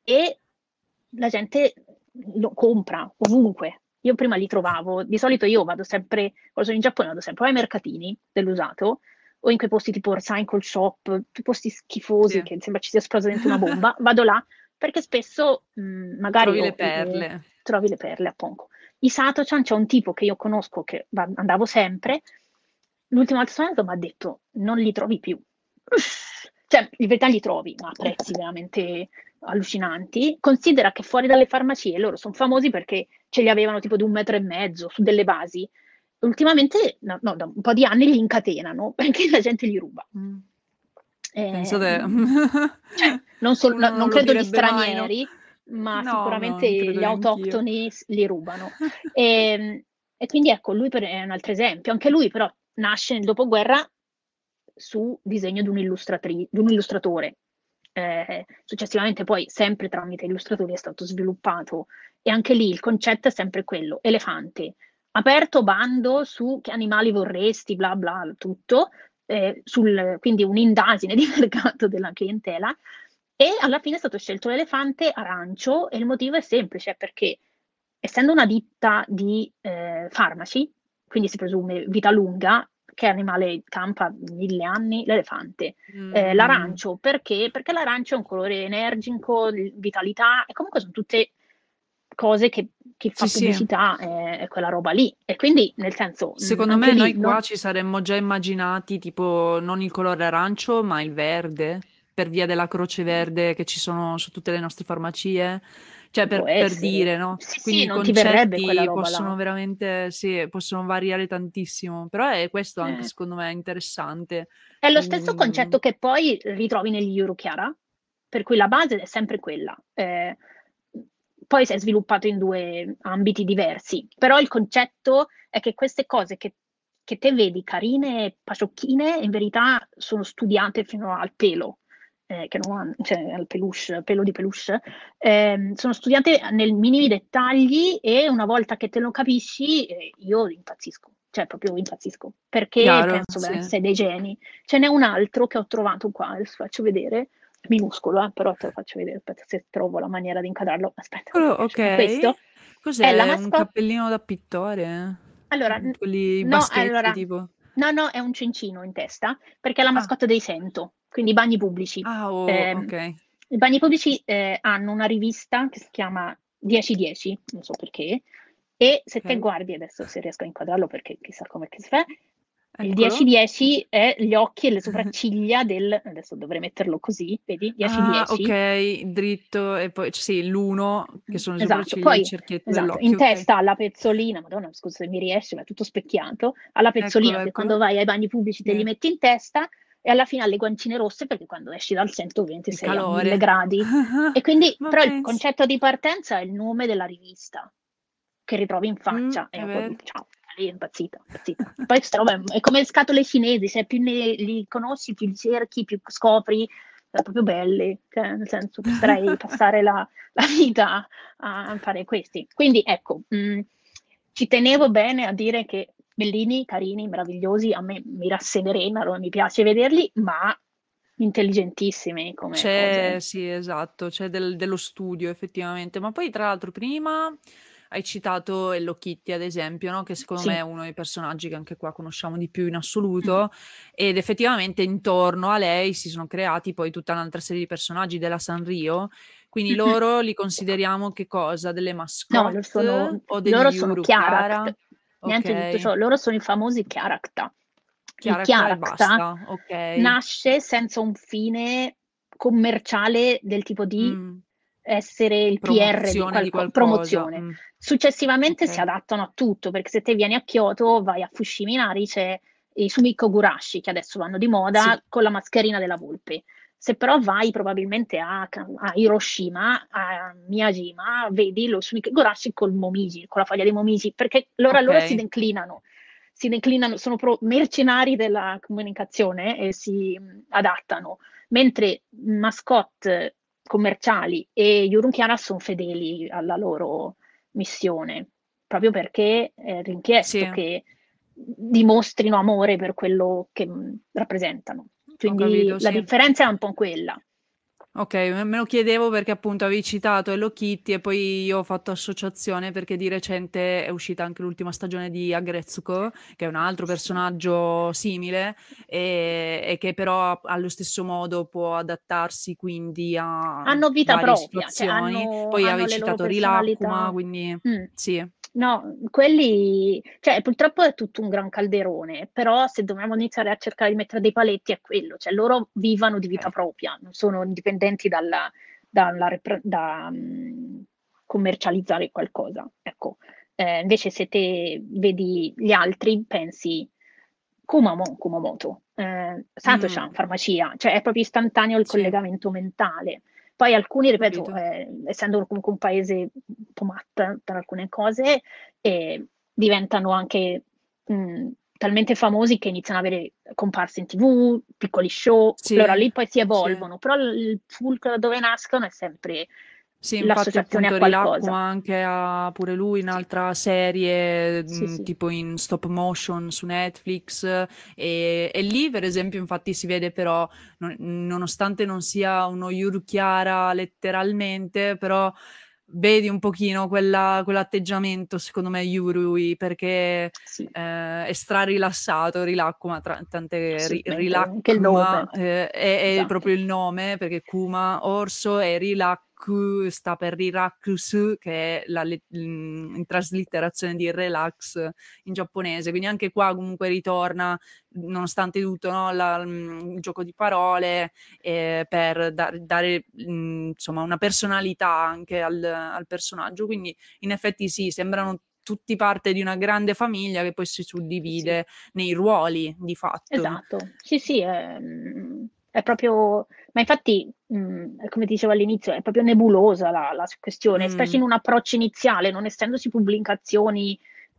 Speaker 2: e la gente lo compra ovunque. Io prima li trovavo, di solito io vado sempre, quando sono in Giappone vado sempre o ai mercatini dell'usato o in quei posti tipo Recycle Shop, quei posti schifosi
Speaker 1: Sì.
Speaker 2: che sembra ci sia esplosa dentro una bomba, vado là perché spesso magari
Speaker 1: Trovi le perle.
Speaker 2: trovi le perle a Ponko. I Sato-chan c'è un tipo che io conosco che andavo sempre, l'ultima volta che sono andato mi ha detto non li trovi più. Cioè, in verità li trovi, ma a prezzi veramente allucinanti. Considera che fuori dalle farmacie loro sono famosi perché ce li avevano tipo di 1,5 metri su delle basi. Ultimamente, no, da un po' di anni li incatenano perché la gente li ruba.
Speaker 1: Mm. Penso te.
Speaker 2: Ehm, cioè,
Speaker 1: Uno
Speaker 2: non
Speaker 1: non lo
Speaker 2: credo gli
Speaker 1: direbbe mai, no?
Speaker 2: stranieri, ma
Speaker 1: No,
Speaker 2: sicuramente
Speaker 1: non credo
Speaker 2: gli
Speaker 1: neanch'io.
Speaker 2: autoctoni li rubano. E quindi ecco, è un altro esempio. Anche lui però nasce nel dopoguerra su disegno di un illustratore. Successivamente poi, sempre tramite illustratori, è stato sviluppato e anche lì il concetto è sempre quello, elefante, aperto bando su che animali vorresti, bla bla, tutto, quindi un'indagine di mercato della clientela e alla fine è stato scelto l'elefante arancio e il motivo è semplice, perché essendo una ditta di farmaci, quindi si presume vita lunga, che animale campa 1000 anni? L'elefante.
Speaker 1: Mm.
Speaker 2: L'arancio, perché? Perché l'arancio è un colore energico, vitalità, e comunque sono tutte cose che chi fa
Speaker 1: Sì, sì.
Speaker 2: pubblicità è quella roba lì. E quindi, nel senso,
Speaker 1: Secondo
Speaker 2: anche
Speaker 1: me
Speaker 2: lì,
Speaker 1: noi qua ci saremmo già immaginati tipo non il colore arancio, ma il verde, per via della croce verde che ci sono su tutte le nostre farmacie. Cioè,
Speaker 2: può
Speaker 1: per
Speaker 2: essere.
Speaker 1: dire, no?
Speaker 2: Sì,
Speaker 1: Quindi
Speaker 2: sì,
Speaker 1: i
Speaker 2: non ti verrebbe quella
Speaker 1: concetti
Speaker 2: roba là.
Speaker 1: possono veramente, sì, possono variare tantissimo. Però è questo anche,
Speaker 2: Eh.
Speaker 1: secondo me, interessante.
Speaker 2: È lo stesso
Speaker 1: Mm,
Speaker 2: concetto che poi ritrovi negli Eurochiara, per cui la base è sempre quella. Poi si è sviluppato in due ambiti diversi, però il concetto è che queste cose che te vedi carine e paciocchine, in verità sono studiate fino al pelo, che non cioè al peluche, pelo di peluche, sono studiate nei minimi dettagli e una volta che te lo capisci, io impazzisco, cioè proprio impazzisco, perché
Speaker 1: chiaro,
Speaker 2: penso
Speaker 1: sì.
Speaker 2: veramente sei dei geni. Ce n'è un altro che ho trovato qua, adesso faccio vedere, minuscolo, però te lo faccio vedere, aspetta se trovo la maniera di incadrarlo, aspetta che mi piace. È questo,
Speaker 1: Ok.
Speaker 2: è la
Speaker 1: Cos'è? Un
Speaker 2: mascotte.
Speaker 1: cappellino da pittore?
Speaker 2: Allora,
Speaker 1: Quelli
Speaker 2: no,
Speaker 1: baschetti,
Speaker 2: allora,
Speaker 1: tipo.
Speaker 2: no, è un cencino in testa, perché è la
Speaker 1: Ah,
Speaker 2: mascotte dei Sento, quindi i bagni pubblici.
Speaker 1: oh, ok.
Speaker 2: I bagni pubblici hanno una rivista che si chiama 1010, non so perché, e se te
Speaker 1: Ok.
Speaker 2: guardi adesso, se riesco a inquadrarlo perché chissà come che si fa, il
Speaker 1: Eccolo.
Speaker 2: 1010 è gli occhi e le sopracciglia del, adesso dovrei metterlo così, vedi?
Speaker 1: Ah,
Speaker 2: 1010.
Speaker 1: ok, dritto e poi sì, l'uno che sono le
Speaker 2: Esatto,
Speaker 1: sopracciglia e il
Speaker 2: poi
Speaker 1: cerchietto
Speaker 2: esatto, in
Speaker 1: dell'occhio, ok.
Speaker 2: testa ha la pezzolina, madonna, scusa se mi riesce, ma è tutto specchiato, ha la
Speaker 1: Eccolo,
Speaker 2: pezzolina che
Speaker 1: eccolo.
Speaker 2: quando vai ai bagni pubblici te li
Speaker 1: Sì.
Speaker 2: metti in testa e alla fine ha le guancine rosse perché quando esci dal sento ovviamente
Speaker 1: Il
Speaker 2: sei a 1000
Speaker 1: calore.
Speaker 2: gradi. E quindi,
Speaker 1: Ma
Speaker 2: però il
Speaker 1: pensi.
Speaker 2: concetto di partenza è il nome della rivista che ritrovi in faccia e
Speaker 1: È
Speaker 2: io poi
Speaker 1: vero.
Speaker 2: dico, ciao, lì è impazzita, impazzita. Poi questa roba è come le scatole cinesi, se più li conosci, più li cerchi, più scopri, sono proprio belli, cioè, nel senso potrei passare la vita a fare questi. Quindi ecco, ci tenevo bene a dire che bellini, carini, meravigliosi, a me mi rasserenano, mi piace vederli, ma intelligentissimi come
Speaker 1: C'è,
Speaker 2: cose.
Speaker 1: sì, esatto, c'è dello studio effettivamente, ma poi tra l'altro prima hai citato Hello Kitty ad esempio, no? Che secondo me
Speaker 2: Sì.
Speaker 1: è uno dei personaggi che anche qua conosciamo di più in
Speaker 2: Mm.
Speaker 1: assoluto ed effettivamente intorno a lei si sono creati poi tutta un'altra serie di personaggi della Sanrio, quindi
Speaker 2: Mm-mm.
Speaker 1: loro li consideriamo che cosa? Delle
Speaker 2: No,
Speaker 1: mascotte o
Speaker 2: loro
Speaker 1: degli
Speaker 2: sono
Speaker 1: Urukara?
Speaker 2: character, niente di tutto
Speaker 1: Ok,
Speaker 2: ciò, loro sono i famosi character. Il
Speaker 1: character e
Speaker 2: character
Speaker 1: basta, ok.
Speaker 2: nasce senza un fine commerciale del tipo di
Speaker 1: Mm,
Speaker 2: essere il PR di
Speaker 1: promozione di qualcosa.
Speaker 2: promozione.
Speaker 1: Mm,
Speaker 2: Successivamente si
Speaker 1: ok.
Speaker 2: adattano a tutto, perché se te vieni a Kyoto, vai a Fushimi Inari, c'è i Sumikko Gurashi che adesso vanno di
Speaker 1: Sì.
Speaker 2: moda con la mascherina della volpe. Se però vai probabilmente a Hiroshima, a Miyajima, vedi lo Sumikigurashi col momiji, con la foglia dei momiji, perché
Speaker 1: Ok,
Speaker 2: loro si declinano, sono mercenari della comunicazione e si adattano, mentre mascotte commerciali e Jurunchiara sono fedeli alla loro missione, proprio perché è richiesto
Speaker 1: sì,
Speaker 2: che dimostrino amore per quello che rappresentano.
Speaker 1: ho
Speaker 2: Quindi
Speaker 1: capito,
Speaker 2: la
Speaker 1: sì.
Speaker 2: differenza è un po' quella.
Speaker 1: Ok, me lo chiedevo perché appunto avevi citato Hello Kitty e poi io ho fatto associazione perché di recente è uscita anche l'ultima stagione di Agretsuko, che è un altro
Speaker 2: Sì.
Speaker 1: personaggio simile e che però allo stesso modo può adattarsi quindi a
Speaker 2: Hanno vita
Speaker 1: varie
Speaker 2: propria, cioè
Speaker 1: situazioni.
Speaker 2: hanno
Speaker 1: Poi
Speaker 2: hanno
Speaker 1: avevi
Speaker 2: le loro
Speaker 1: citato Rilakkuma,
Speaker 2: personalità.
Speaker 1: quindi
Speaker 2: Mh.
Speaker 1: sì,
Speaker 2: No, quelli cioè purtroppo è tutto un gran calderone, però se dobbiamo iniziare a cercare di mettere dei paletti è quello, cioè loro vivono di vita
Speaker 1: ok.
Speaker 2: propria, non sono indipendenti dalla commercializzare qualcosa, ecco. Invece se te vedi gli altri pensi Kumamoto,
Speaker 1: Mm,
Speaker 2: Satoshi-san, farmacia, cioè è proprio istantaneo il
Speaker 1: sì,
Speaker 2: collegamento mentale. Poi alcuni, ripeto,
Speaker 1: capito.
Speaker 2: essendo comunque un paese un po' matta per alcune cose, diventano anche talmente famosi che iniziano ad avere comparse in TV, piccoli show, allora
Speaker 1: Sì,
Speaker 2: lì poi si
Speaker 1: sì.
Speaker 2: evolvono, però il fulcro da dove nascono è sempre
Speaker 1: Sì, infatti
Speaker 2: l'associazione a
Speaker 1: appunto
Speaker 2: qualcosa.
Speaker 1: Rilakkuma anche ha pure lui
Speaker 2: Sì,
Speaker 1: un'altra serie
Speaker 2: sì, sì,
Speaker 1: tipo in stop motion su Netflix e lì per esempio infatti si vede però nonostante non sia uno Yuru Chiara letteralmente però vedi un pochino quell'atteggiamento secondo me Yurui perché
Speaker 2: sì,
Speaker 1: è stra-rilassato Rilakkuma, tante
Speaker 2: assolutamente, anche il
Speaker 1: Rilakkuma
Speaker 2: nome,
Speaker 1: è
Speaker 2: esatto.
Speaker 1: proprio il nome perché Kuma orso e Rilaku sta per Rirakusu che è in traslitterazione di relax in giapponese quindi anche qua comunque ritorna nonostante tutto no, il gioco di parole per dare insomma una personalità anche al personaggio quindi in effetti sì sembrano tutti parte di una grande famiglia che poi si
Speaker 2: Sì, sì.
Speaker 1: suddivide nei ruoli di fatto.
Speaker 2: Esatto, sì, sì, è proprio, ma infatti, come dicevo all'inizio, è proprio nebulosa la questione, specie in
Speaker 1: Mm,
Speaker 2: un approccio iniziale, non essendosi pubblicazioni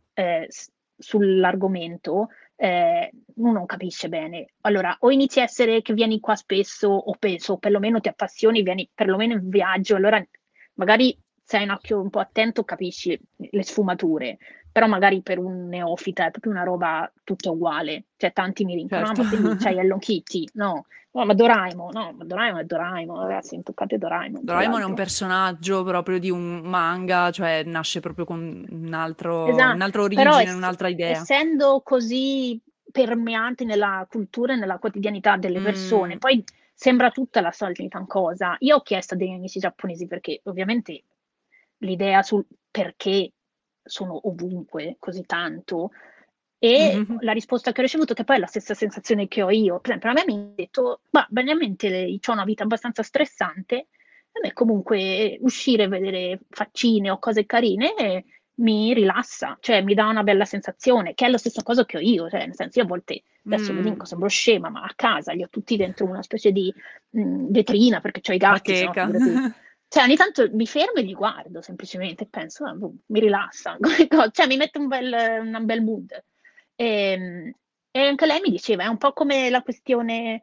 Speaker 2: sull'argomento, uno non capisce bene. Allora, o inizi a essere che vieni qua spesso, o penso, o perlomeno ti appassioni, vieni perlomeno in viaggio, allora magari se hai un occhio un po' attento capisci le sfumature però magari per un neofita è proprio una roba tutta uguale, cioè tanti mi dicono, ah
Speaker 1: certo.
Speaker 2: ma quindi c'hai Hello Kitty? No, no, ma Doraemon, no, ma Doraemon è Doraemon, ragazzi, toccate Doraemon, tra
Speaker 1: Doraemon è un
Speaker 2: l'altro.
Speaker 1: personaggio proprio di un manga, cioè nasce proprio con
Speaker 2: Esatto,
Speaker 1: un'altra
Speaker 2: però
Speaker 1: origine, un'altra idea.
Speaker 2: essendo così permeati nella cultura e nella quotidianità delle persone,
Speaker 1: Mm,
Speaker 2: poi sembra tutta la solita cosa. Io ho chiesto a dei miei amici giapponesi perché ovviamente l'idea sul perché sono ovunque così tanto e
Speaker 1: mhm,
Speaker 2: la risposta che ho ricevuto, che poi è la stessa sensazione che ho io, per esempio, a me mi hanno detto, ma banalmente ho una vita abbastanza stressante, a me comunque uscire e vedere faccine o cose carine mi rilassa, cioè mi dà una bella sensazione, che è la stessa cosa che ho io, cioè nel senso io a volte, adesso lo dico,
Speaker 1: mm,
Speaker 2: sembro scema, ma a casa li ho tutti dentro una specie di vetrina perché ho i gatti, se no
Speaker 1: bacheca.
Speaker 2: figurati. Cioè ogni tanto mi fermo e li guardo semplicemente e penso, ah, boh, mi rilassa, cioè mi mette un bel mood. E anche lei mi diceva, è un po' come la questione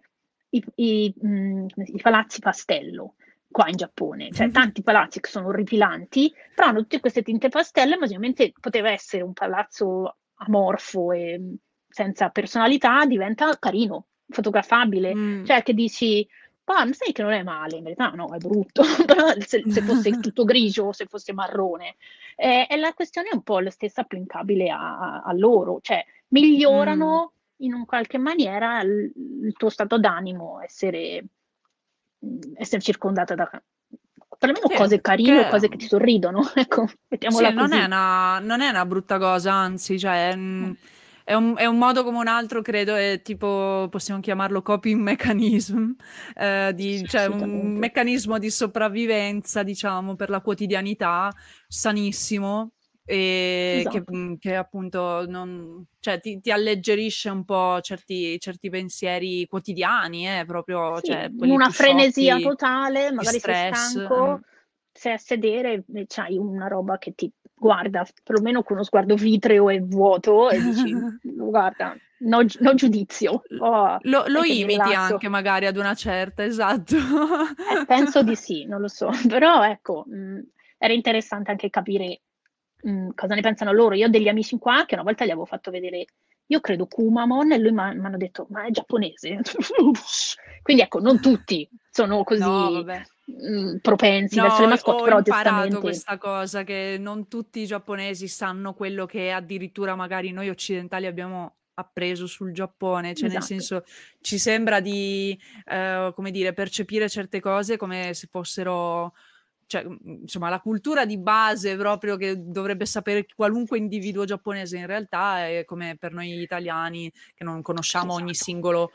Speaker 2: i palazzi pastello qua in Giappone, cioè tanti palazzi che sono orripilanti, però hanno tutte queste tinte pastelle, ma sicuramente poteva essere un palazzo amorfo e senza personalità, diventa carino, fotografabile,
Speaker 1: Mm.
Speaker 2: cioè che dici, ma sai che non è male, in verità no, è brutto, però se fosse tutto grigio, se fosse marrone. E la questione è un po' la stessa applicabile a loro, cioè
Speaker 1: Mm.
Speaker 2: migliorano in un qualche maniera il tuo stato d'animo, essere circondata da perlomeno
Speaker 1: Sì,
Speaker 2: cose carine o
Speaker 1: che
Speaker 2: cose che ti sorridono, ecco, mettiamola
Speaker 1: sì,
Speaker 2: così.
Speaker 1: non è una brutta cosa, anzi, cioè,
Speaker 2: Mm.
Speaker 1: è un modo come un altro, credo, è tipo, possiamo chiamarlo coping mechanism,
Speaker 2: Sì,
Speaker 1: cioè un
Speaker 2: assolutamente.
Speaker 1: meccanismo di sopravvivenza, diciamo, per la quotidianità, sanissimo, e
Speaker 2: Esatto.
Speaker 1: che appunto cioè, ti alleggerisce un po' certi pensieri quotidiani, proprio,
Speaker 2: Sì,
Speaker 1: cioè,
Speaker 2: in
Speaker 1: quelli
Speaker 2: una
Speaker 1: più
Speaker 2: frenesia
Speaker 1: sciocchi
Speaker 2: totale,
Speaker 1: di
Speaker 2: magari sei
Speaker 1: stress. Mm.
Speaker 2: stanco, sei a sedere e c'hai una roba che ti guarda, perlomeno con uno sguardo vitreo e vuoto, e dici, guarda, no giudizio, oh,
Speaker 1: Lo
Speaker 2: sai che mi
Speaker 1: imiti
Speaker 2: rilasso.
Speaker 1: anche magari ad una certa, esatto.
Speaker 2: Penso di sì, non lo so, però ecco, era interessante anche capire cosa ne pensano loro. Io ho degli amici qua che una volta gli avevo fatto vedere, io credo Kumamon, e lui mi hanno detto, ma è giapponese? Quindi ecco, non tutti. sono così
Speaker 1: No, vabbè.
Speaker 2: propensi
Speaker 1: No,
Speaker 2: verso le mascotte,
Speaker 1: ho
Speaker 2: però
Speaker 1: imparato
Speaker 2: giustamente
Speaker 1: questa cosa, che non tutti i giapponesi sanno quello che addirittura magari noi occidentali abbiamo appreso sul Giappone, cioè nel
Speaker 2: esatto,
Speaker 1: senso ci sembra di, come dire, percepire certe cose come se fossero, cioè, insomma, la cultura di base proprio che dovrebbe sapere qualunque individuo giapponese, in realtà è come per noi italiani che non conosciamo ogni
Speaker 2: esatto.
Speaker 1: singolo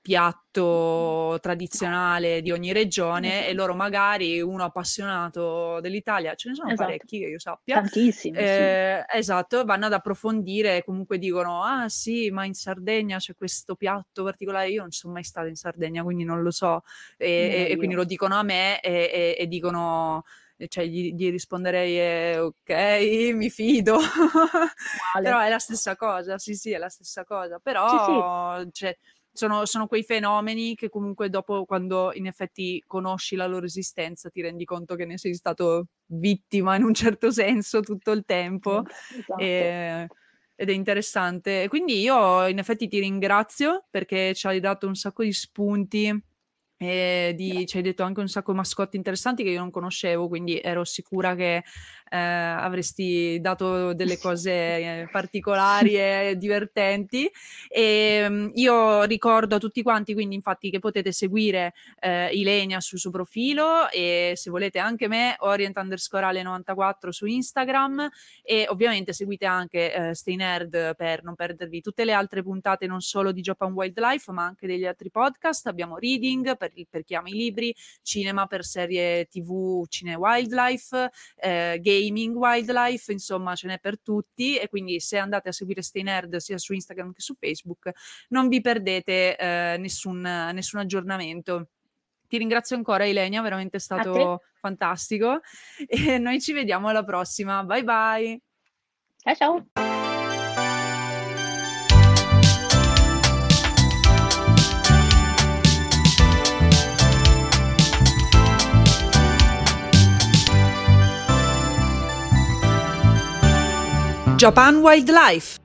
Speaker 1: piatto tradizionale di ogni regione, e
Speaker 2: Esatto,
Speaker 1: loro magari, uno appassionato dell'Italia, ce ne sono
Speaker 2: esatto.
Speaker 1: parecchi che io sappia,
Speaker 2: Tantissimi, sì.
Speaker 1: esatto, vanno ad approfondire e comunque dicono: "Ah sì, ma in Sardegna c'è questo piatto particolare", io non son mai stata in Sardegna, quindi non lo so,
Speaker 2: Nemmeno
Speaker 1: e quindi
Speaker 2: io.
Speaker 1: lo dicono a me e dicono, cioè gli risponderei: okay, mi fido".
Speaker 2: Uguale.
Speaker 1: Però è la stessa cosa, sì, sì, è la stessa cosa.
Speaker 2: Sì, sì,
Speaker 1: Però, cioè, sono quei fenomeni che comunque dopo, quando in effetti conosci la loro esistenza, ti rendi conto che ne sei stato vittima in un certo senso tutto il tempo,
Speaker 2: esatto.
Speaker 1: ehm, ed è interessante. E quindi io in effetti ti ringrazio perché ci hai dato un sacco di spunti, ci hai detto anche un sacco mascotte interessanti che io non conoscevo, quindi ero sicura che, avresti dato delle cose, particolari e divertenti. Io ricordo a tutti quanti quindi infatti che potete seguire, Ilenia sul suo profilo, e se volete anche me, orient_ale94 su Instagram, e ovviamente seguite anche, Stay Nerd per non perdervi tutte le altre puntate, non solo di Japan Wildlife, ma anche degli altri podcast. Abbiamo Reading per chi ama i libri, cinema per serie TV, Cine Wildlife, gaming wildlife, insomma ce n'è per tutti, e quindi se andate a seguire Stay Nerd sia su Instagram che su Facebook non vi perdete nessun aggiornamento. Ti ringrazio ancora Ilenia, veramente è
Speaker 2: A te?
Speaker 1: stato fantastico e noi ci vediamo alla prossima. Bye bye.
Speaker 2: Ciao, ciao.
Speaker 1: Japan Wildlife